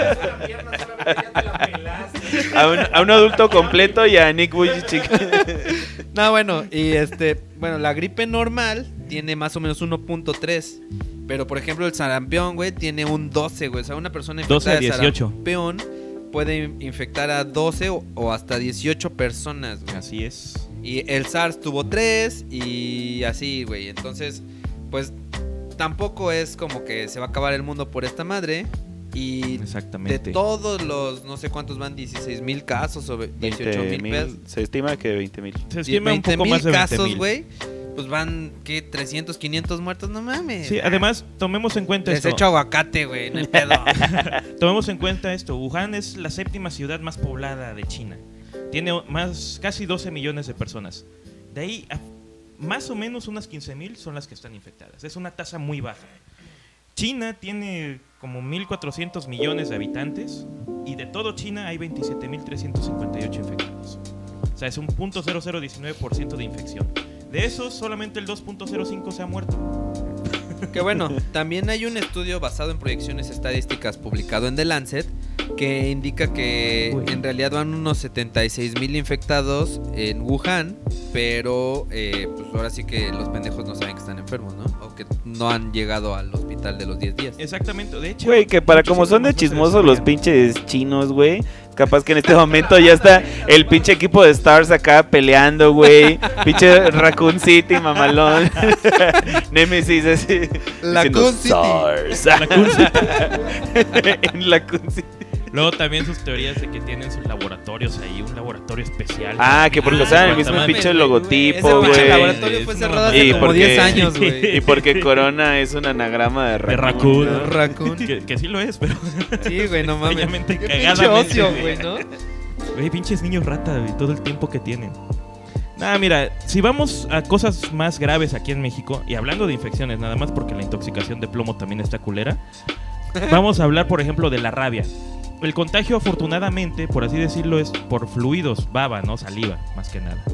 a un, a un adulto completo y a Nick Vujicic. No, bueno, y este, bueno, la gripe normal tiene más o menos uno punto tres. Pero por ejemplo, el sarampión, güey, tiene un doce, güey. O sea, una persona doce a infectada de dieciocho. sarampión puede infectar a doce o, o hasta dieciocho personas, güey. Así es. Y el SARS tuvo tres y así, güey. Entonces, pues tampoco es como que se va a acabar el mundo por esta madre. Y de Exactamente. todos los, no sé cuántos van, dieciséis mil casos o dieciocho mil pesos. Se estima que veinte mil. Se estima un veinte poco mil más de veinte casos, mil. güey. Pues van, ¿qué? trescientos, quinientos muertos, no mames. Sí, además, tomemos en cuenta Les esto. echo aguacate, güey, no hay pedo. Tomemos en cuenta esto. Wuhan es la séptima ciudad más poblada de China. Tiene más, casi doce millones de personas. De ahí, a- más o menos unas quince mil son las que están infectadas. Es una tasa muy baja. China tiene como mil cuatrocientos millones de habitantes y de todo China hay veintisiete mil trescientos cincuenta y ocho infectados. O sea, es un punto cero cero diecinueve por ciento de infección. De esos, solamente el dos punto cero cinco se ha muerto. Que bueno, también hay un estudio basado en proyecciones estadísticas publicado en The Lancet que indica que Uy. en realidad van unos setenta y seis mil infectados en Wuhan, pero eh, pues ahora sí que los pendejos no saben que están enfermos, ¿no? O que no han llegado al hospital de los diez días. Exactamente. De hecho, Güey, que para muchos como son de síntomas no se chismosos los desarrollan. pinches chinos, güey. Capaz que en este momento ya está el pinche equipo de Stars acá peleando, güey. Pinche Raccoon City, mamalón. Nemesis así. Raccoon diciendo, City. "Stars". Raccoon City. En Raccoon City. Luego también sus teorías de que tienen sus laboratorios ahí, un laboratorio especial. Ah, que porque Ah, usaban el no mismo mames, pinche güey, logotipo, Ese pinche güey. laboratorio Es fue una cerrado Y hace como porque- diez años, güey. Y porque Corona es un anagrama de De Raccoon. Raccoon. ¿no? Raccoon. Que, que sí lo es, pero. Sí, güey, no mames. Extrañamente, Qué pinche cagadamente, ocio, güey. güey, ¿no? Güey, pinches niños rata, güey, todo el tiempo que tienen. Nada, mira, si vamos a cosas más graves aquí en México, y hablando de infecciones, nada más porque la intoxicación de plomo también está culera, vamos a hablar, por ejemplo, de la rabia. El contagio, afortunadamente, por así decirlo, es por fluidos, baba, ¿no? Saliva, más que nada.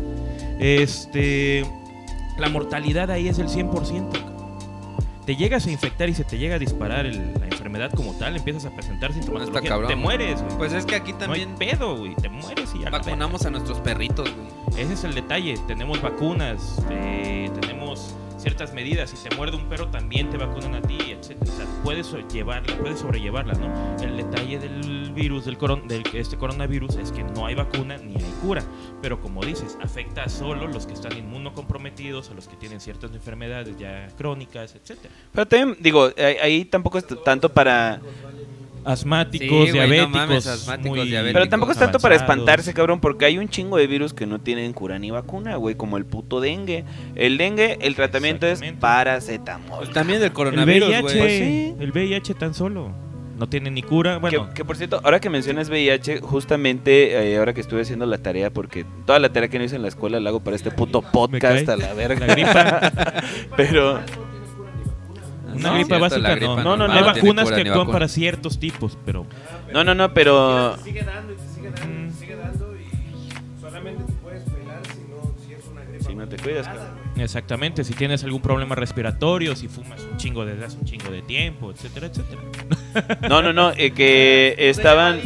Este. La mortalidad ahí es el cien por ciento. Te llegas a infectar y se te llega a disparar el- la enfermedad como tal, empiezas a presentar sintomatología. Está cabrón, te güey. mueres, güey. Pues es que aquí No también hay pedo, güey. Te mueres y ya. la vacunamos a nuestros perritos, güey. verga. Ese es el detalle. Tenemos vacunas, eh, tenemos ciertas medidas. Si te muerde un perro, también te vacunan a ti, etcétera. O sea, puedes so- llevarla, puedes sobrellevarla, ¿no? El detalle del virus, del, coron- del este coronavirus, es que no hay vacuna ni hay cura. Pero como dices, afecta a solo los que están inmunocomprometidos, a los que tienen ciertas enfermedades ya crónicas, etcétera. Pero también, digo, ahí, ahí tampoco es t- tanto para... Asmáticos, Sí, güey, no diabéticos, mames, asmáticos, muy diabéticos. Pero tampoco es tanto para avanzados. espantarse, cabrón, porque hay un chingo de virus que no tienen cura ni vacuna, güey, como el puto dengue. El dengue, el tratamiento es Exactamente. paracetamol. Pues también del El coronavirus, V I H, güey. Pues sí. el V I H tan solo. No tiene ni cura. Bueno, Que, que, por cierto, ahora que mencionas V I H, justamente eh, ahora que estuve haciendo la tarea, porque toda la tarea que no hice en la escuela la hago para este puto podcast cae. a la verga. la gripa, Pero, una No, gripa cierto, básica la gripa no. no, no, Hay no tiene vacunas cura que ni actúan vacuna. para ciertos tipos, pero no, no, no, pero... Te sigue dando y te sigue dando y te sigue dando y solamente te puedes pelar si no, si es una gripa. Si no te cuidas, cabrón. exactamente, si tienes algún problema respiratorio, si fumas un chingo desde hace un chingo de tiempo, etcétera, etcétera. No, no, no, eh, que estaban...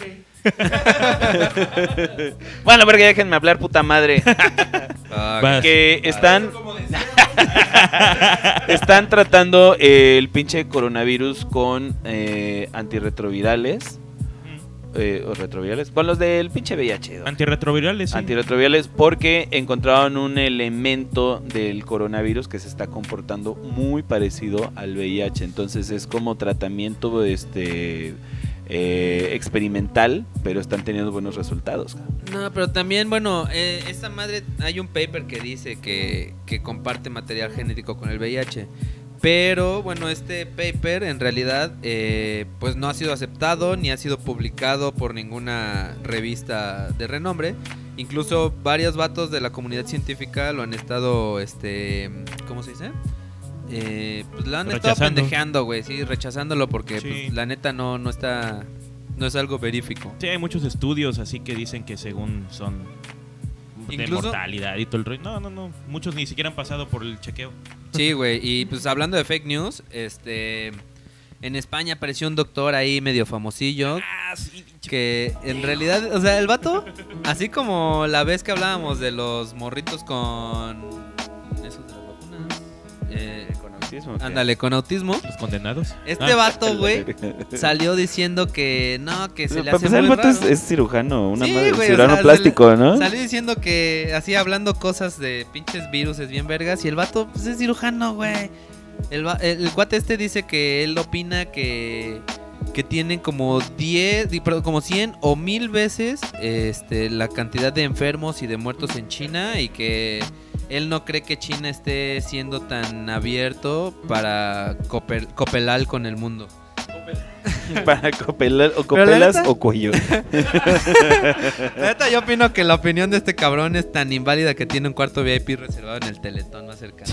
Bueno, porque déjenme hablar, puta madre. Ah, Vas. Que están... Están tratando el pinche coronavirus con eh, antirretrovirales. Eh, o retrovirales. Con los del pinche V I H. ¿no? Antirretrovirales, sí. Antirretrovirales porque encontraron un elemento del coronavirus que se está comportando muy parecido al V I H. Entonces es como tratamiento este eh, experimental, pero están teniendo buenos resultados. No, pero también, bueno, eh, esta madre, hay un paper que dice que, que comparte material genético con el V I H. Pero bueno, este paper en realidad eh, pues no ha sido aceptado ni ha sido publicado por ninguna revista de renombre. Incluso varios vatos de la comunidad científica lo han estado, este, ¿cómo se dice? Eh, pues lo han estado Rechazando. pendejeando, güey, sí, rechazándolo porque Sí. pues, la neta no, no está, no es algo verífico. Sí, hay muchos estudios así que dicen que según son de Incluso- mortalidad y todo el rollo. No, no, no. Muchos ni siquiera han pasado por el chequeo. Sí, güey, y pues hablando de fake news, este, en España apareció un doctor ahí medio famosillo Ah, sí, que en realidad, o sea, el vato, así como la vez que hablábamos de los morritos con esos de las vacunas, eh, Con autismo. ¿qué? ándale, con autismo, los condenados. este Ah, vato, güey, salió diciendo que no, que se le Para hace empezar, el muy vato es, raro. es cirujano, una Sí, madre, güey, o cirujano sea, plástico, ¿no? Salió diciendo que así hablando cosas de pinches virus es bien vergas y el vato pues, es cirujano, güey. El, va- el, el cuate este dice que él opina que que tienen como diez, di- perdón, como cien o mil veces este la cantidad de enfermos y de muertos en China y que él no cree que China esté siendo tan abierto para cooper- cooperar con el mundo. Para copelar, o Pero la copelas neta- o cuello. La neta, yo opino que la opinión de este cabrón es tan inválida que tiene un cuarto V I P reservado en el Teletón más cercano.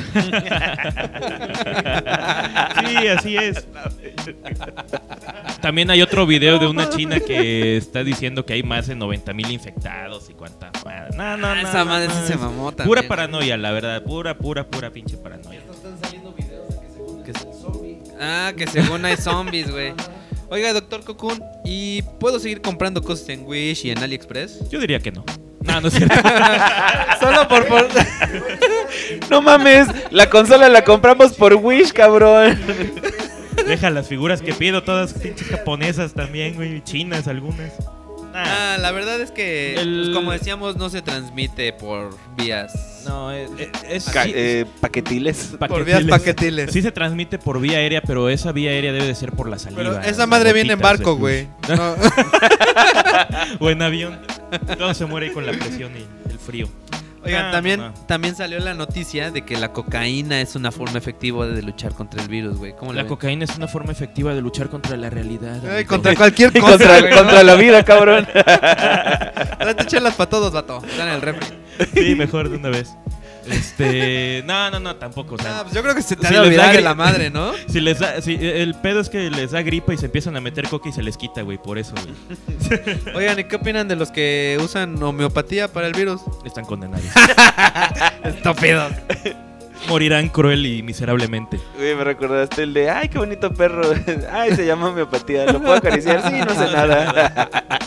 Sí, así es. También hay otro video de una china que está diciendo que hay más de noventa mil infectados y cuánta madre. No, no, no. Esa no, madre no, sí se es mamó también. Pura paranoia, la verdad. Pura, pura, pura pinche paranoia. Están saliendo videos de que según Que es el zombie. Ah, que según hay zombies, güey. Oiga, doctor Cocoon, ¿y puedo seguir comprando cosas en Wish y en AliExpress? Yo diría que no. No, no es cierto. Solo por... por... No mames, la consola la compramos por Wish, cabrón. Deja las figuras que pido, todas pinches japonesas también, güey. Chinas algunas. Nah. Ah, la verdad es que, El- pues, como decíamos, no se transmite por vías... No, es, es- Ca- sí, eh, paquetiles. Por vías paquetiles. Sí se transmite por vía aérea, pero esa vía aérea debe de ser por la saliva. Pero esa las madre viene en gotitas barco, de güey. luz. No. O en avión. Todo se muere ahí con la presión y el frío. Oigan, No, también, no, no. también salió la noticia de que la cocaína es una forma efectiva de luchar contra el virus, güey. ¿Cómo La la cocaína es una forma efectiva de luchar contra la realidad. Ay, amigo. contra cualquier Y cosa, contra, güey. contra la vida, cabrón. Trate chelas para todos, vato. Están en el refri. Sí, mejor de una vez. Este, no, no, no, tampoco. O sea, Ah, pues yo creo que se te si ha de les da olvidar de gri- la madre, ¿no? si les da, si, el pedo es que les da gripa y se empiezan a meter coca y se les quita, güey, por eso, güey. Oigan, ¿y qué opinan de los que usan homeopatía para el virus? Están condenados. Estúpidos. Morirán cruel y miserablemente. Güey, me recordaste el de, ay, qué bonito perro. Ay, se llama homeopatía. ¿Lo puedo acariciar? Sí, no sé nada.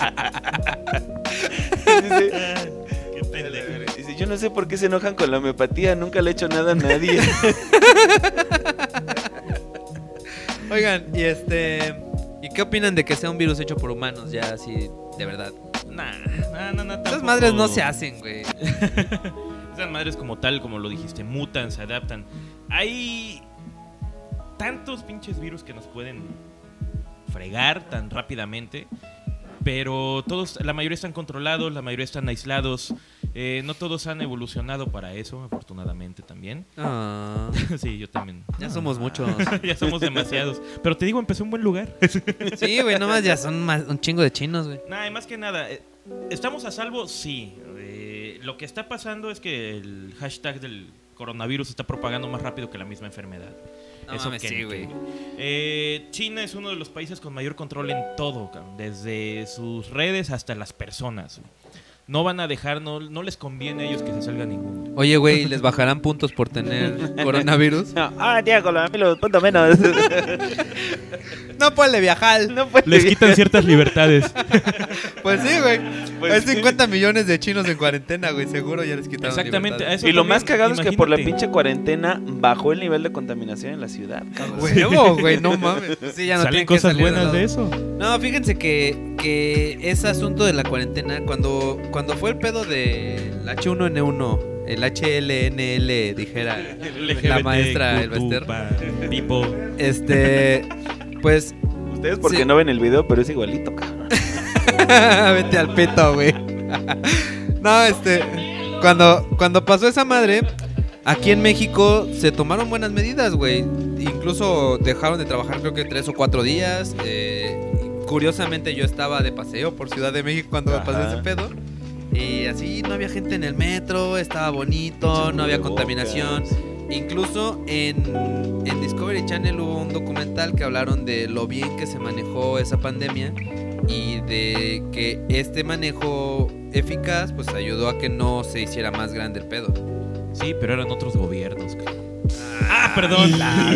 Dice, Qué pendejo. dice, yo no sé por qué se enojan con la homeopatía. Nunca le he hecho nada a nadie. Oigan, y este... ¿Y qué opinan de que sea un virus hecho por humanos ya así, de verdad? Nah, nah, nah, nah, Esas tampoco. madres no se hacen, güey. Esas madres como tal, como lo dijiste, mutan, se adaptan. Hay tantos pinches virus que nos pueden fregar tan rápidamente, pero todos, la mayoría están controlados, la mayoría están aislados. Eh, no todos han evolucionado para eso, afortunadamente también. Ah, Sí, yo también. ya somos muchos. Ya somos demasiados. Pero te digo, empecé en buen lugar. Sí, güey, nomás ya son más, un chingo de chinos, güey. Nada, más que nada, eh, ¿estamos a salvo? Sí. Eh, lo que está pasando es que el hashtag del coronavirus se está propagando más rápido que la misma enfermedad. No Eso mames, que- sí, que- güey. Eh, China es uno de los países con mayor control en todo, cabrón, desde sus redes hasta las personas. No van a dejar, no, no les conviene a ellos que se salga ninguno. Oye, güey, ¿les bajarán puntos por tener coronavirus? No, ah, tía, con los amigos, punto menos. No puede viajar. No puede Les quitan ciertas libertades. Pues sí, güey. Pues Hay sí. cincuenta millones de chinos en cuarentena, güey. Seguro ya les quitaron Exactamente, libertades. a eso Y lo también, más cagado es que por la imagínate. pinche cuarentena bajó el nivel de contaminación en la ciudad, cabrón. Huevo, güey, no mames. Sí, ya no Salen tienen que cosas salir buenas lado. de eso. No, fíjense que, que ese asunto de la cuarentena, cuando, cuando fue el pedo del H uno N uno, el H L N L, dijera la maestra El Bester, Tipo. este, pues, Ustedes porque Sí. no ven el video, pero es igualito, cabrón. vete al pito, güey. No, este, cuando, cuando pasó esa madre, aquí en México se tomaron buenas medidas, güey. Incluso dejaron de trabajar creo que tres o cuatro días. Eh, curiosamente yo estaba de paseo por Ciudad de México cuando me pasó Ajá. ese pedo. Y así no había gente en el metro, estaba bonito, no había Cubrebocas. contaminación. Incluso en, en Discovery Channel hubo un documental que hablaron de lo bien que se manejó esa pandemia y de que este manejo eficaz pues ayudó a que no se hiciera más grande el pedo. Sí, pero eran otros gobiernos. Ah, perdón.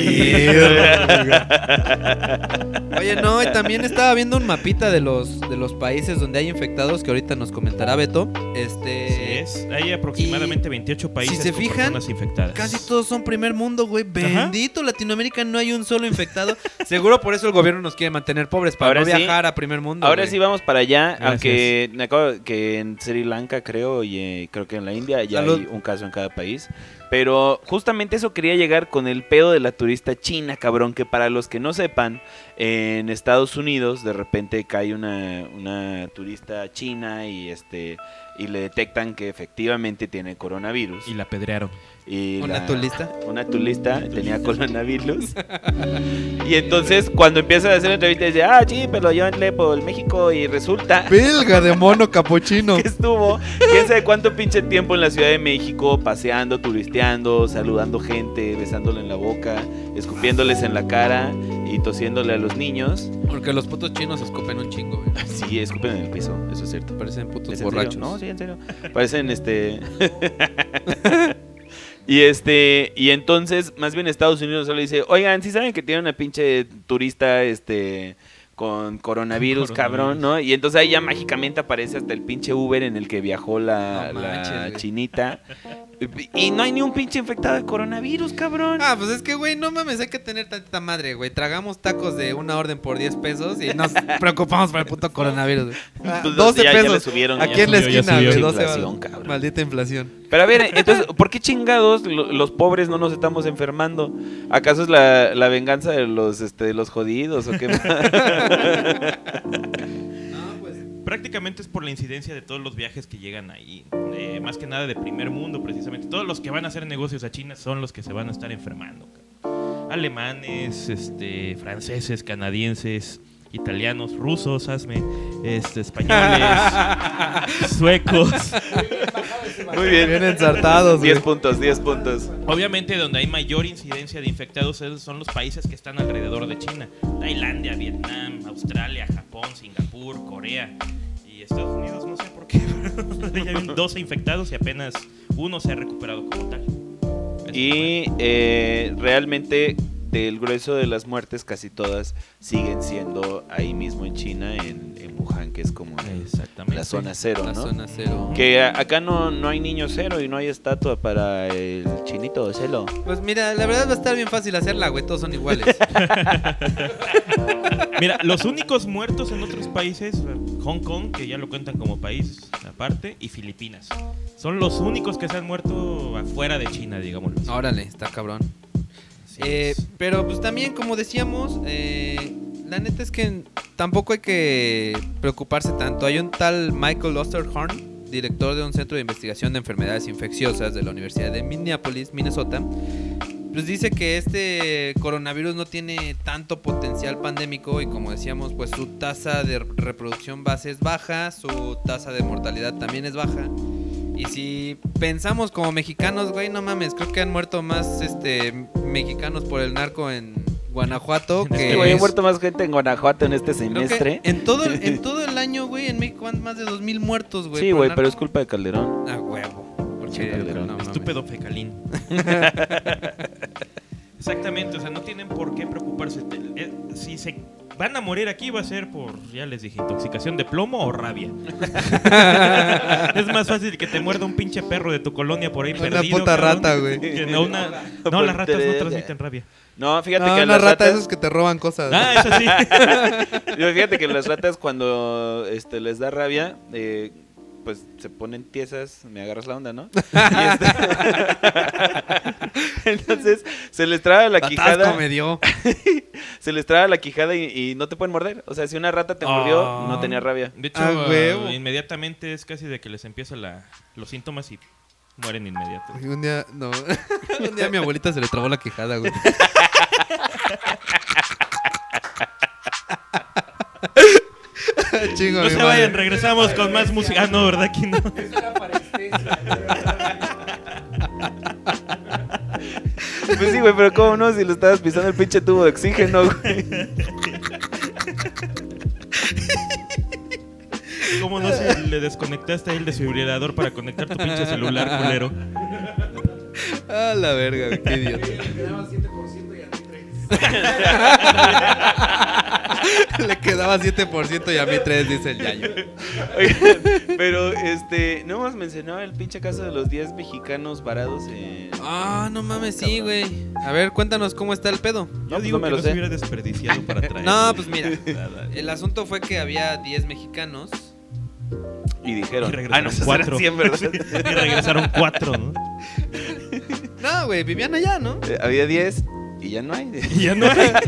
Oye, no, y también estaba viendo un mapita de los de los países donde hay infectados que ahorita nos comentará Beto. Este, Así es. Hay aproximadamente veintiocho países se con fijan, personas infectadas. casi todos son primer mundo, güey. Bendito Latinoamérica, no hay un solo infectado. Seguro por eso el gobierno nos quiere mantener pobres para Ahora no sí. viajar a primer mundo. Ahora güey. sí vamos para allá, Gracias. aunque me acabo que en Sri Lanka creo y eh, creo que en la India ya Salud. hay un caso en cada país. Pero justamente eso quería llegar con el pedo de la turista china, cabrón, que para los que no sepan, en Estados Unidos de repente cae una, una turista china y este y le detectan que efectivamente tiene coronavirus. Y la pedrearon. Y ¿Una la- turista? Una turista tenía coronavirus. Y entonces cuando empieza a hacer entrevistas dice, ah, sí, pero yo entré por México y resulta Belga de mono capuchino. que estuvo quién sabe cuánto pinche tiempo en la Ciudad de México paseando, turisteando, saludando gente, besándole en la boca, escupiéndoles en la cara y tosiéndole a los niños. Porque los putos chinos escupen un chingo, güey. Sí, escupen en el piso, eso es cierto. Parecen putos ¿Es en borrachos. serio? No, sí, en serio. Parecen este Y este, y entonces, más bien Estados Unidos solo dice, oigan, ¿sí saben que tiene una pinche turista, este, con coronavirus, Con cabrón, coronavirus. ¿no? Y entonces ahí ya mágicamente aparece hasta el pinche Uber en el que viajó la, No la manches, güey. chinita. Y no hay ni un pinche infectado de coronavirus, cabrón. Ah, pues es que, güey, no mames, hay que tener tanta madre, güey. Tragamos tacos de una orden por diez pesos y nos preocupamos por el puto coronavirus, güey. Ah, Pues, doce ya- ya le pesos. subieron, Aquí ya en la subió, ya esquina, subió. güey, doce Inflación, varos. cabrón. Maldita inflación. Pero a ver, entonces, ¿por qué chingados lo- los pobres no nos estamos enfermando? ¿Acaso es la, la venganza de los, este, de los jodidos o qué? Prácticamente es por la incidencia de todos los viajes que llegan ahí. Eh, más que nada de primer mundo, precisamente. Todos los que van a hacer negocios a China son los que se van a estar enfermando. cabrón. Alemanes, este, franceses, canadienses, italianos, rusos, hazme, este, españoles, suecos. Muy bien. Bien ensartados, güey. diez puntos, diez puntos. Obviamente donde hay mayor incidencia de infectados esos son los países que están alrededor de China. Tailandia, Vietnam, Australia, Japón, Singapur, Corea. Y Estados Unidos no sé por qué. Ya hay doce infectados y apenas uno se ha recuperado como tal. Eso Y eh, realmente este, el grueso de las muertes, casi todas, siguen siendo ahí mismo en China, en, en Wuhan, que es como Exactamente. la zona cero, La ¿no? zona cero. Que a- acá no, no hay niño cero y no hay estatua para el chinito celo. Pues mira, la verdad va a estar bien fácil hacerla, güey. Todos son iguales. Mira, los únicos muertos en otros países, Hong Kong, que ya lo cuentan como país aparte, y Filipinas. Son los únicos que se han muerto afuera de China, digámoslo así. Órale, está cabrón. Así Eh, es. pero pues también, como decíamos, eh, la neta es que tampoco hay que preocuparse tanto. Hay un tal Michael Osterhorn, director de un centro de investigación de enfermedades infecciosas de la Universidad de Minneapolis, Minnesota. Pues dice que este coronavirus no tiene tanto potencial pandémico y, como decíamos, pues su tasa de reproducción base es baja, su tasa de mortalidad también es baja. Y si pensamos como mexicanos, güey, no mames, creo que han muerto más este mexicanos por el narco en Guanajuato En este que Sí, güey, ha es- muerto más gente en Guanajuato en este creo que semestre. en todo el, en todo el año, güey, en México van más de dos mil muertos, güey. Sí, por güey, narco. pero es culpa de Calderón. Ah, huevo. Porque Sí, Calderón. no mames. Estúpido fecalín. Exactamente, o sea, no tienen por qué preocuparse. Eh, Si se van a morir aquí va a ser por, ya les dije, intoxicación de plomo o rabia. Es más fácil que te muerda un pinche perro de tu colonia por ahí Una perdido. puta cabrón, rata, güey. que no, una... no, las ratas no transmiten rabia. No, fíjate No, que una las rata ratas, esos que te roban cosas. Ah, eso sí. Yo, fíjate que las ratas cuando este, les da rabia, eh, pues se ponen tiesas, me agarras la onda, ¿no? Y este- Entonces se les traba la Patasco quijada, me dio. se les traba la quijada y, y no te pueden morder. O sea, si una rata te mordió, no tenía rabia. De hecho, Ah, ah, huevo. inmediatamente es casi de que les empieza la, los síntomas y mueren inmediato. Y un día, no. Un día a mi abuelita se le trabó la quijada, güey. Chingo, No mi se madre. vayan, regresamos con más música. Ah, no, ¿verdad? Aquí no. Pues sí, güey, pero ¿cómo no? Si lo estabas pisando el pinche tubo de oxígeno, güey. ¿Cómo no si le desconectaste ahí el desfibrilador para conectar tu pinche celular, culero? Ah, la verga, güey, qué idiota. Le quedaba siete por ciento y a mí tres, dice el Yayo. Oigan, pero este, no hemos mencionado el pinche caso de los diez mexicanos varados en... Ah, no mames, sí, güey. A ver, cuéntanos cómo está el pedo. Yo pues digo no me que lo no sé. se hubiera desperdiciado para traer. No, pues mira, el asunto fue que había diez mexicanos. Y dijeron, Y regresaron ah, no, esos cuatro. eran cien, ¿verdad? Y regresaron cuatro, ¿no? No, güey, vivían allá, ¿no? Eh, Había diez y ya no hay. Y ya no hay.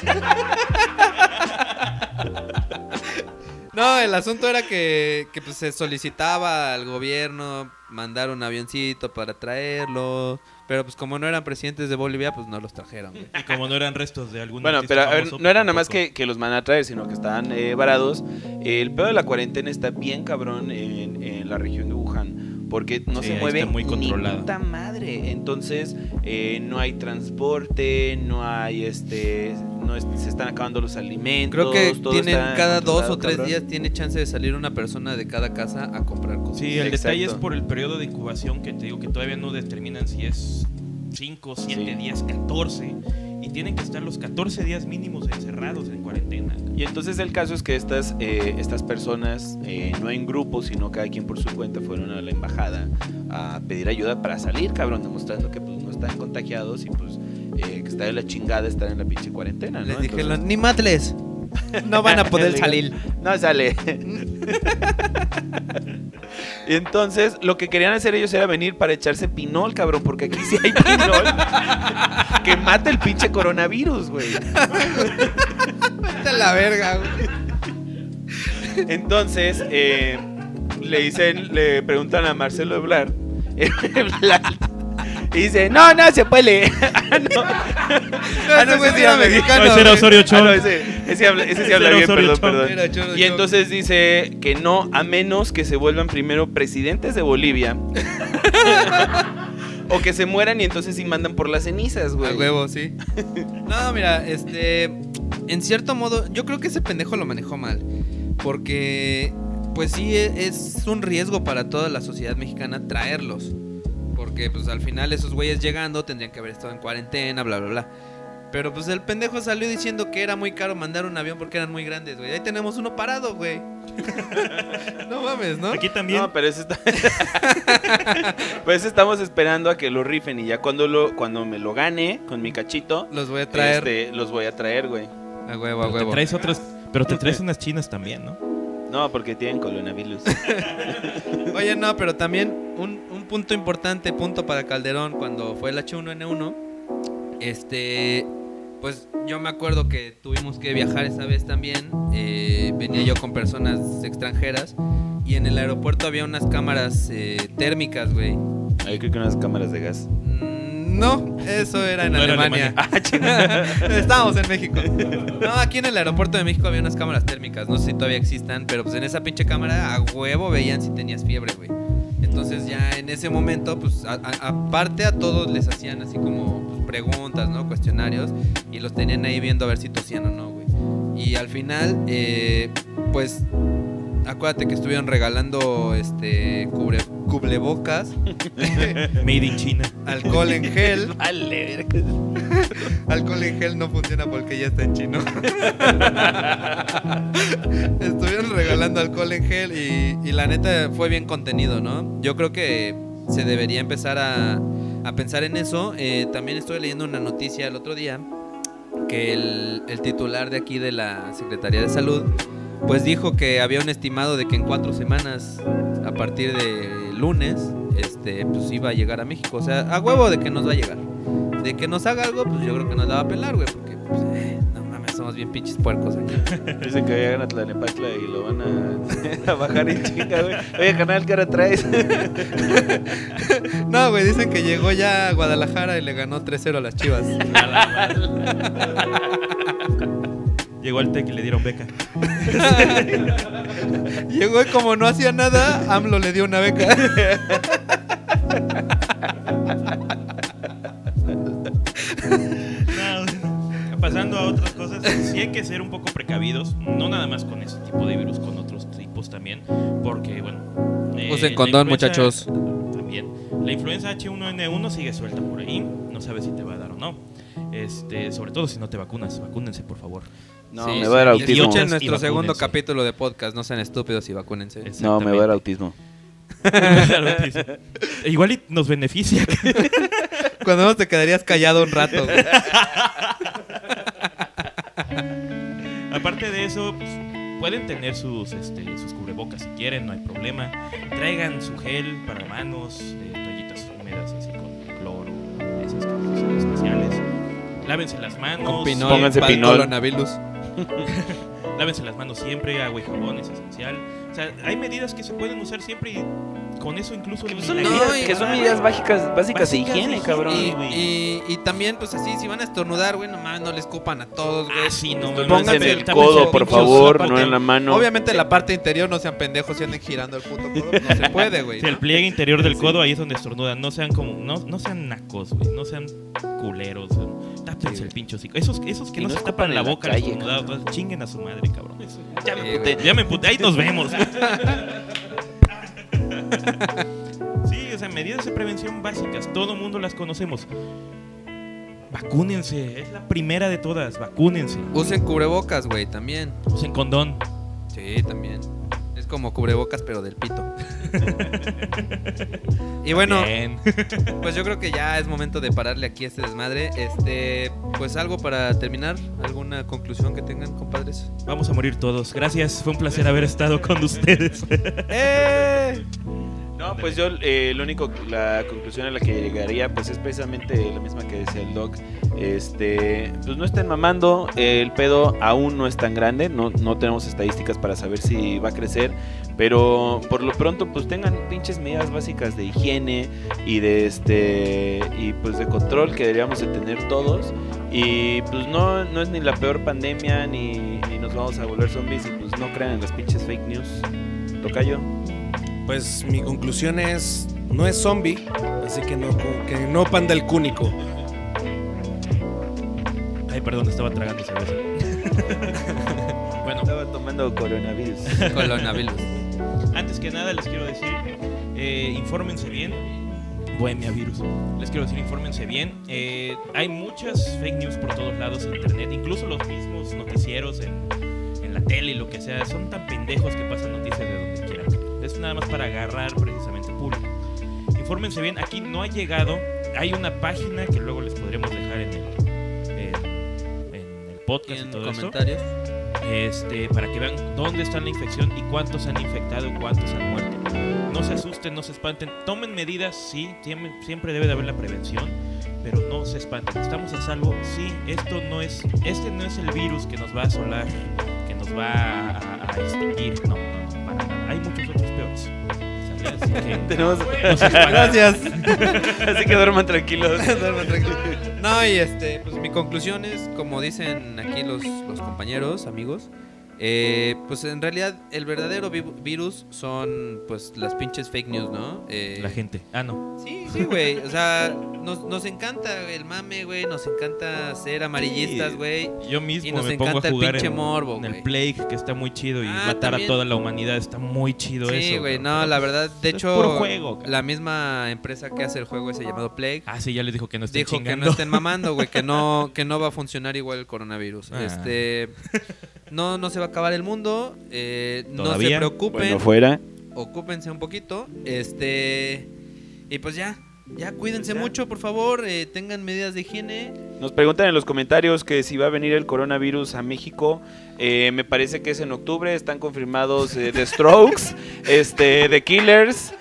No, el asunto era que, que pues, se solicitaba al gobierno mandar un avioncito para traerlos. Pero pues como no eran presidentes de Bolivia, pues no los trajeron, güey. Y como no eran restos de algún Bueno, artista pero a ver, famoso, no era nada más tampoco. que, que los van a traer, sino que estaban eh, varados. El pedo de la cuarentena está bien cabrón en, en la región de Wuhan. Porque no Sí, se ahí mueve está muy ni controlado. puta madre. Entonces, eh, no hay transporte, no hay este. No es- se están acabando los alimentos. Creo que todo tienen está cada dos controlado, o tres cabrón. días tiene chance de salir una persona de cada casa a comprar cosas. Sí, el Exacto. detalle es por el periodo de incubación que te digo que todavía no determinan si es cinco, siete Sí. días, catorce. Y tienen que estar los catorce días mínimos encerrados en cuarentena. Y entonces el caso es que estas, eh, estas personas, eh, no en grupo, sino cada quien por su cuenta, fueron a la embajada a pedir ayuda para salir, cabrón, demostrando que pues no están contagiados y pues eh, que está de la chingada estar en la pinche cuarentena, ¿no? Les Entonces, dijeron, ni matles, no van a poder salir. no sale. Y entonces lo que querían hacer ellos era venir para echarse pinol, cabrón, porque aquí sí hay pinol que mata el pinche coronavirus, güey. Vete a la verga, güey. Entonces, eh, le dicen, le preguntan a Marcelo Ebrard, Ebrard, y dice, no, no se puede. Ah, no. Ah, no, ese güey ese sí era habla mexicano, No, ese era güey. Osorio Ah, Chong. no, ese, ese, habla, ese sí habla Ese bien, era Osorio perdón, Chong. perdón. Era Choro Y Chong. entonces dice que no, a menos que se vuelvan primero presidentes de Bolivia. O que se mueran y entonces sí mandan por las cenizas, güey. A huevo, sí. No, mira, este. En cierto modo, yo creo que ese pendejo lo manejó mal. Porque, pues sí, e- es un riesgo para toda la sociedad mexicana traerlos. Porque, pues al final, esos güeyes llegando tendrían que haber estado en cuarentena, bla, bla, bla. Pero pues el pendejo salió diciendo que era muy caro mandar un avión porque eran muy grandes, güey. Ahí tenemos uno parado, güey. No mames, ¿no? Aquí también. No, pero eso está... Pues estamos esperando a que lo rifen y ya cuando lo cuando me lo gane con mi cachito, Los voy a traer este, los voy a traer, güey. a huevo, a Pero te huevo. traes otras, pero te traes unas chinas también, ¿no? No, porque tienen coronavirus. Oye, no, pero también un, un punto importante, punto para Calderón, cuando fue el H uno N uno, este, pues yo me acuerdo que tuvimos que viajar esa vez también, eh, venía yo con personas extranjeras y en el aeropuerto había unas cámaras eh, térmicas, güey. Ahí creo que unas cámaras de gas. Mm, No, eso era en No era Alemania. Estábamos en México. No, aquí en el aeropuerto de México había unas cámaras térmicas. No sé si todavía existan, pero pues en esa pinche cámara a huevo veían si tenías fiebre, güey. Entonces ya en ese momento, pues a- a- aparte a todos les hacían así como pues, preguntas, ¿no? Cuestionarios y los tenían ahí viendo a ver si tosían o no, güey. Y al final, eh, pues acuérdate que estuvieron regalando este cubre, cubrebocas, Made in China. alcohol en gel. Vale, verga. Alcohol en gel no funciona porque ya está en chino. Estuvieron regalando alcohol en gel y, y la neta fue bien contenido, ¿no? Yo creo que se debería empezar a, a pensar en eso. Eh, también estoy leyendo una noticia el otro día que el, el titular de aquí de la Secretaría de Salud pues dijo que había un estimado de que en cuatro semanas, a partir de lunes, este, pues iba a llegar a México. O sea, a huevo de que nos va a llegar. De que nos haga algo, pues yo creo que nos la va a pelar, güey. Porque, pues, eh, no mames, somos bien pinches puercos aquí. Dicen que llegan a Tlalnepantla y lo van a, a bajar en chinga, güey. Oye, canal, ¿qué hora traes? No, güey, dicen que llegó ya a Guadalajara y le ganó tres cero a las Chivas. Llegó al TEC y le dieron beca. Llegó y como no hacía nada, AMLO le dio una beca. No, pasando a otras cosas, sí hay que ser un poco precavidos, no nada más con ese tipo de virus, con otros tipos también, porque bueno... eh, Usen la condón, influenza- muchachos. También. La influenza H uno N uno sigue suelta por ahí, no sabes si te va a dar o no. Este, sobre todo si no te vacunas, vacúnense por favor. No, Sí, me va a dar sí. autismo. Escuchen Y nuestro segundo vacúnense. capítulo de podcast. No sean estúpidos y vacúnense. No, me va a dar autismo. Igual y nos beneficia. Cuando no te quedarías callado un rato. güey. Aparte de eso, pues, pueden tener sus, este, sus cubrebocas si quieren, no hay problema. Traigan su gel para manos, eh, toallitas húmedas así con cloro, esas cosas son especiales. Lávense las manos. Con pinol, Pónganse para el pinol. coronavirus. Lávense las manos siempre, agua y jabón es esencial. O sea, hay medidas que se pueden usar siempre y con eso incluso Que son eliminarías- medidas, que son medidas básicas, básicas de Básicas de higiene, higiene, cabrón. Y, güey. y, y también, pues así, si van a estornudar, güey, nomás no les escupan a todos, güey. Ah, sí, no, Pónganse Pónganse en el el codo, por pinche- favor, la no parte- en la mano. Obviamente la parte interior no sean pendejos y anden girando el puto codo. No se puede, güey. Sí, el ¿no? pliegue interior del codo ahí es donde estornudan. No sean como, no, no sean nacos, güey. No sean culeros. Tápense Sí, el pincho hocico. Esos, esos que Y no, no se escupan tapan en la la boca al calle, estornudar, pues, chinguen a su madre, cabrón. Ya Sí, me puté. Ya me puté, ahí nos vemos. Sí, o sea, medidas de prevención básicas. Todo mundo las conocemos. Vacúnense, es la primera de todas. Vacúnense. Usen cubrebocas, güey, también. Usen condón. Sí, también. Es como cubrebocas, pero del pito. Y bueno, Bien. pues yo creo que ya es momento de pararle aquí a este desmadre. Este, pues algo para terminar, alguna conclusión que tengan, compadres. Vamos a morir todos. Gracias, fue un placer haber estado con ustedes. ¡Eh! No, pues yo eh, lo único, la conclusión a la que llegaría, pues es precisamente la misma que decía el doc. Este, pues no estén mamando, el pedo aún no es tan grande, no, no tenemos estadísticas para saber si va a crecer, pero por lo pronto pues tengan pinches medidas básicas de higiene y de este y pues de control que deberíamos de tener todos. Y pues no, no es ni la peor pandemia ni, ni nos vamos a volver zombies y pues no crean en las pinches fake news. Tocayo. Pues mi conclusión es, no es zombie, así que no, que no panda el cúnico. Ay, perdón, estaba tragando cerveza. Bueno, Estaba tomando coronavirus. Coronavirus. antes que nada les quiero decir, eh, infórmense bien, Bohemia Virus. Les quiero decir, infórmense bien. Eh, hay muchas fake news por todos lados en internet, incluso los mismos noticieros en, en la tele y lo que sea, son tan pendejos que pasan noticias de donde quieran. Es nada más para agarrar precisamente público. Infórmense bien, aquí no ha llegado. Hay una página que luego les podremos dejar en el, en, en el podcast y, en todo comentarios. esto. Este, para que vean dónde está la infección y cuántos han infectado, cuántos han muerto. No se asusten, no se espanten. Tomen medidas, sí, siempre, siempre debe de haber la prevención, pero no se espanten. Estamos a salvo, sí. Esto no es, este no es el virus que nos va a asolar, que nos va a, a, a extinguir. No, no, no, para nada. Hay muchos otros peores. Así que Tenemos... no se espanten. Gracias. Así que duerman tranquilos. Duerman tranquilos. No, y este, pues mi conclusión es, como dicen aquí los, los compañeros, amigos, eh, pues en realidad el verdadero vi- virus son pues las pinches fake news, ¿no? Eh, La gente. Ah, no. Sí, sí, güey. O sea, nos, nos encanta el mame, güey. Nos encanta ser amarillistas, Sí. güey. Yo mismo Y nos me pongo encanta a el jugar pinche en, morbo, en el güey. Plague, que está muy chido, y Ah, matar también. a toda la humanidad está muy chido eso. Sí, güey. pero- No, pero, la pues, verdad, de es hecho, puro juego, cara. la misma empresa que hace el juego ese llamado Plague Ah, sí, ya les dijo que no estén dijo que chingando. no estén mamando, güey, que no, que no va a funcionar igual el coronavirus. Ah. Este, no, no se va a acabar el mundo. eh, no se ¿Todavía? preocupen. Bueno, fuera. Ocúpense un poquito. Este, y pues ya, ya cuídense Ya. mucho, por favor. eh, tengan medidas de higiene. Nos preguntan en los comentarios que si va a venir el coronavirus a México. Eh, me parece que es en octubre. Están confirmados eh, The Strokes, este, The Killers,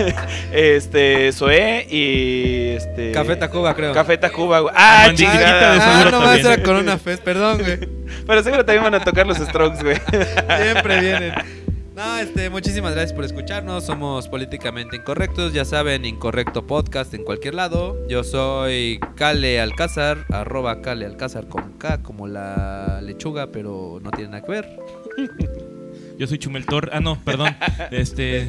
este, Zoé y este. Café Tacuba, creo. Café Tacuba, güey. Ah, Mandiquita chingada. de Ah, seguro no más también. era Corona Fest, perdón, güey. Pero seguro también van a tocar los Strokes, güey. Siempre vienen. No, este, muchísimas gracias por escucharnos. Somos políticamente incorrectos. Ya saben, Incorrecto Podcast en cualquier lado. Yo soy Cale Alcázar, arroba Cale Alcázar con K, como la lechuga, pero no tiene nada que ver. Yo soy Chumeltor. Ah, no, perdón. Este.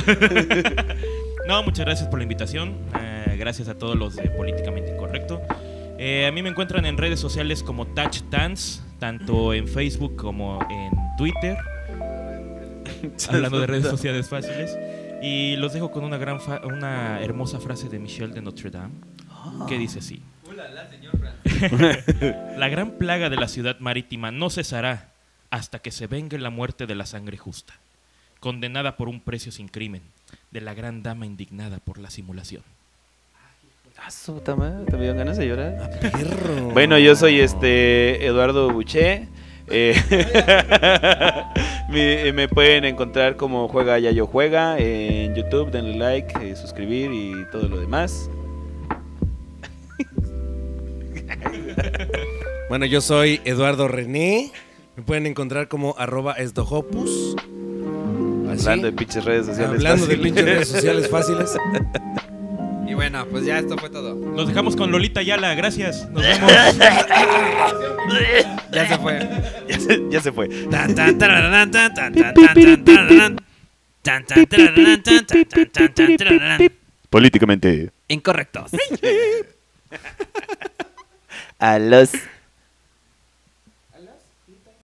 No, muchas gracias por la invitación. Eh, gracias a todos los de Políticamente Incorrecto. Eh, a mí me encuentran en redes sociales como Touch Dance, tanto en Facebook como en Twitter. Hablando de redes sociales fáciles. Y los dejo con una gran fa- una hermosa frase de Michel de Notre Dame, que dice así: la gran plaga de la ciudad marítima no cesará hasta que se vengue la muerte de la sangre justa, condenada por un precio sin crimen, de la gran dama indignada por la simulación. Ah, su puta madre, ¿te me dieron ganas de llorar? Perro. Bueno, yo soy este Eduardo Buché. Eh, me, me pueden encontrar como Juega Yayo Juega en YouTube. Denle like, eh, suscribir y todo lo demás. Bueno, yo soy Eduardo René. Me pueden encontrar como arroba esdojopus. Así. Hablando de pinches redes sociales. Hablando de fáciles. pinches redes sociales fáciles. Y bueno, pues ya esto fue todo. Nos dejamos con Lolita Ayala, gracias. Nos vemos. Ya se fue. ya, se, ya se fue. Tan, tan, tararán, tan, tan, tan, tan, tan, tararán. Tan, tan, tararán, tan, tan, tan, tan, tan, tararán. Políticamente. Incorrectos. A los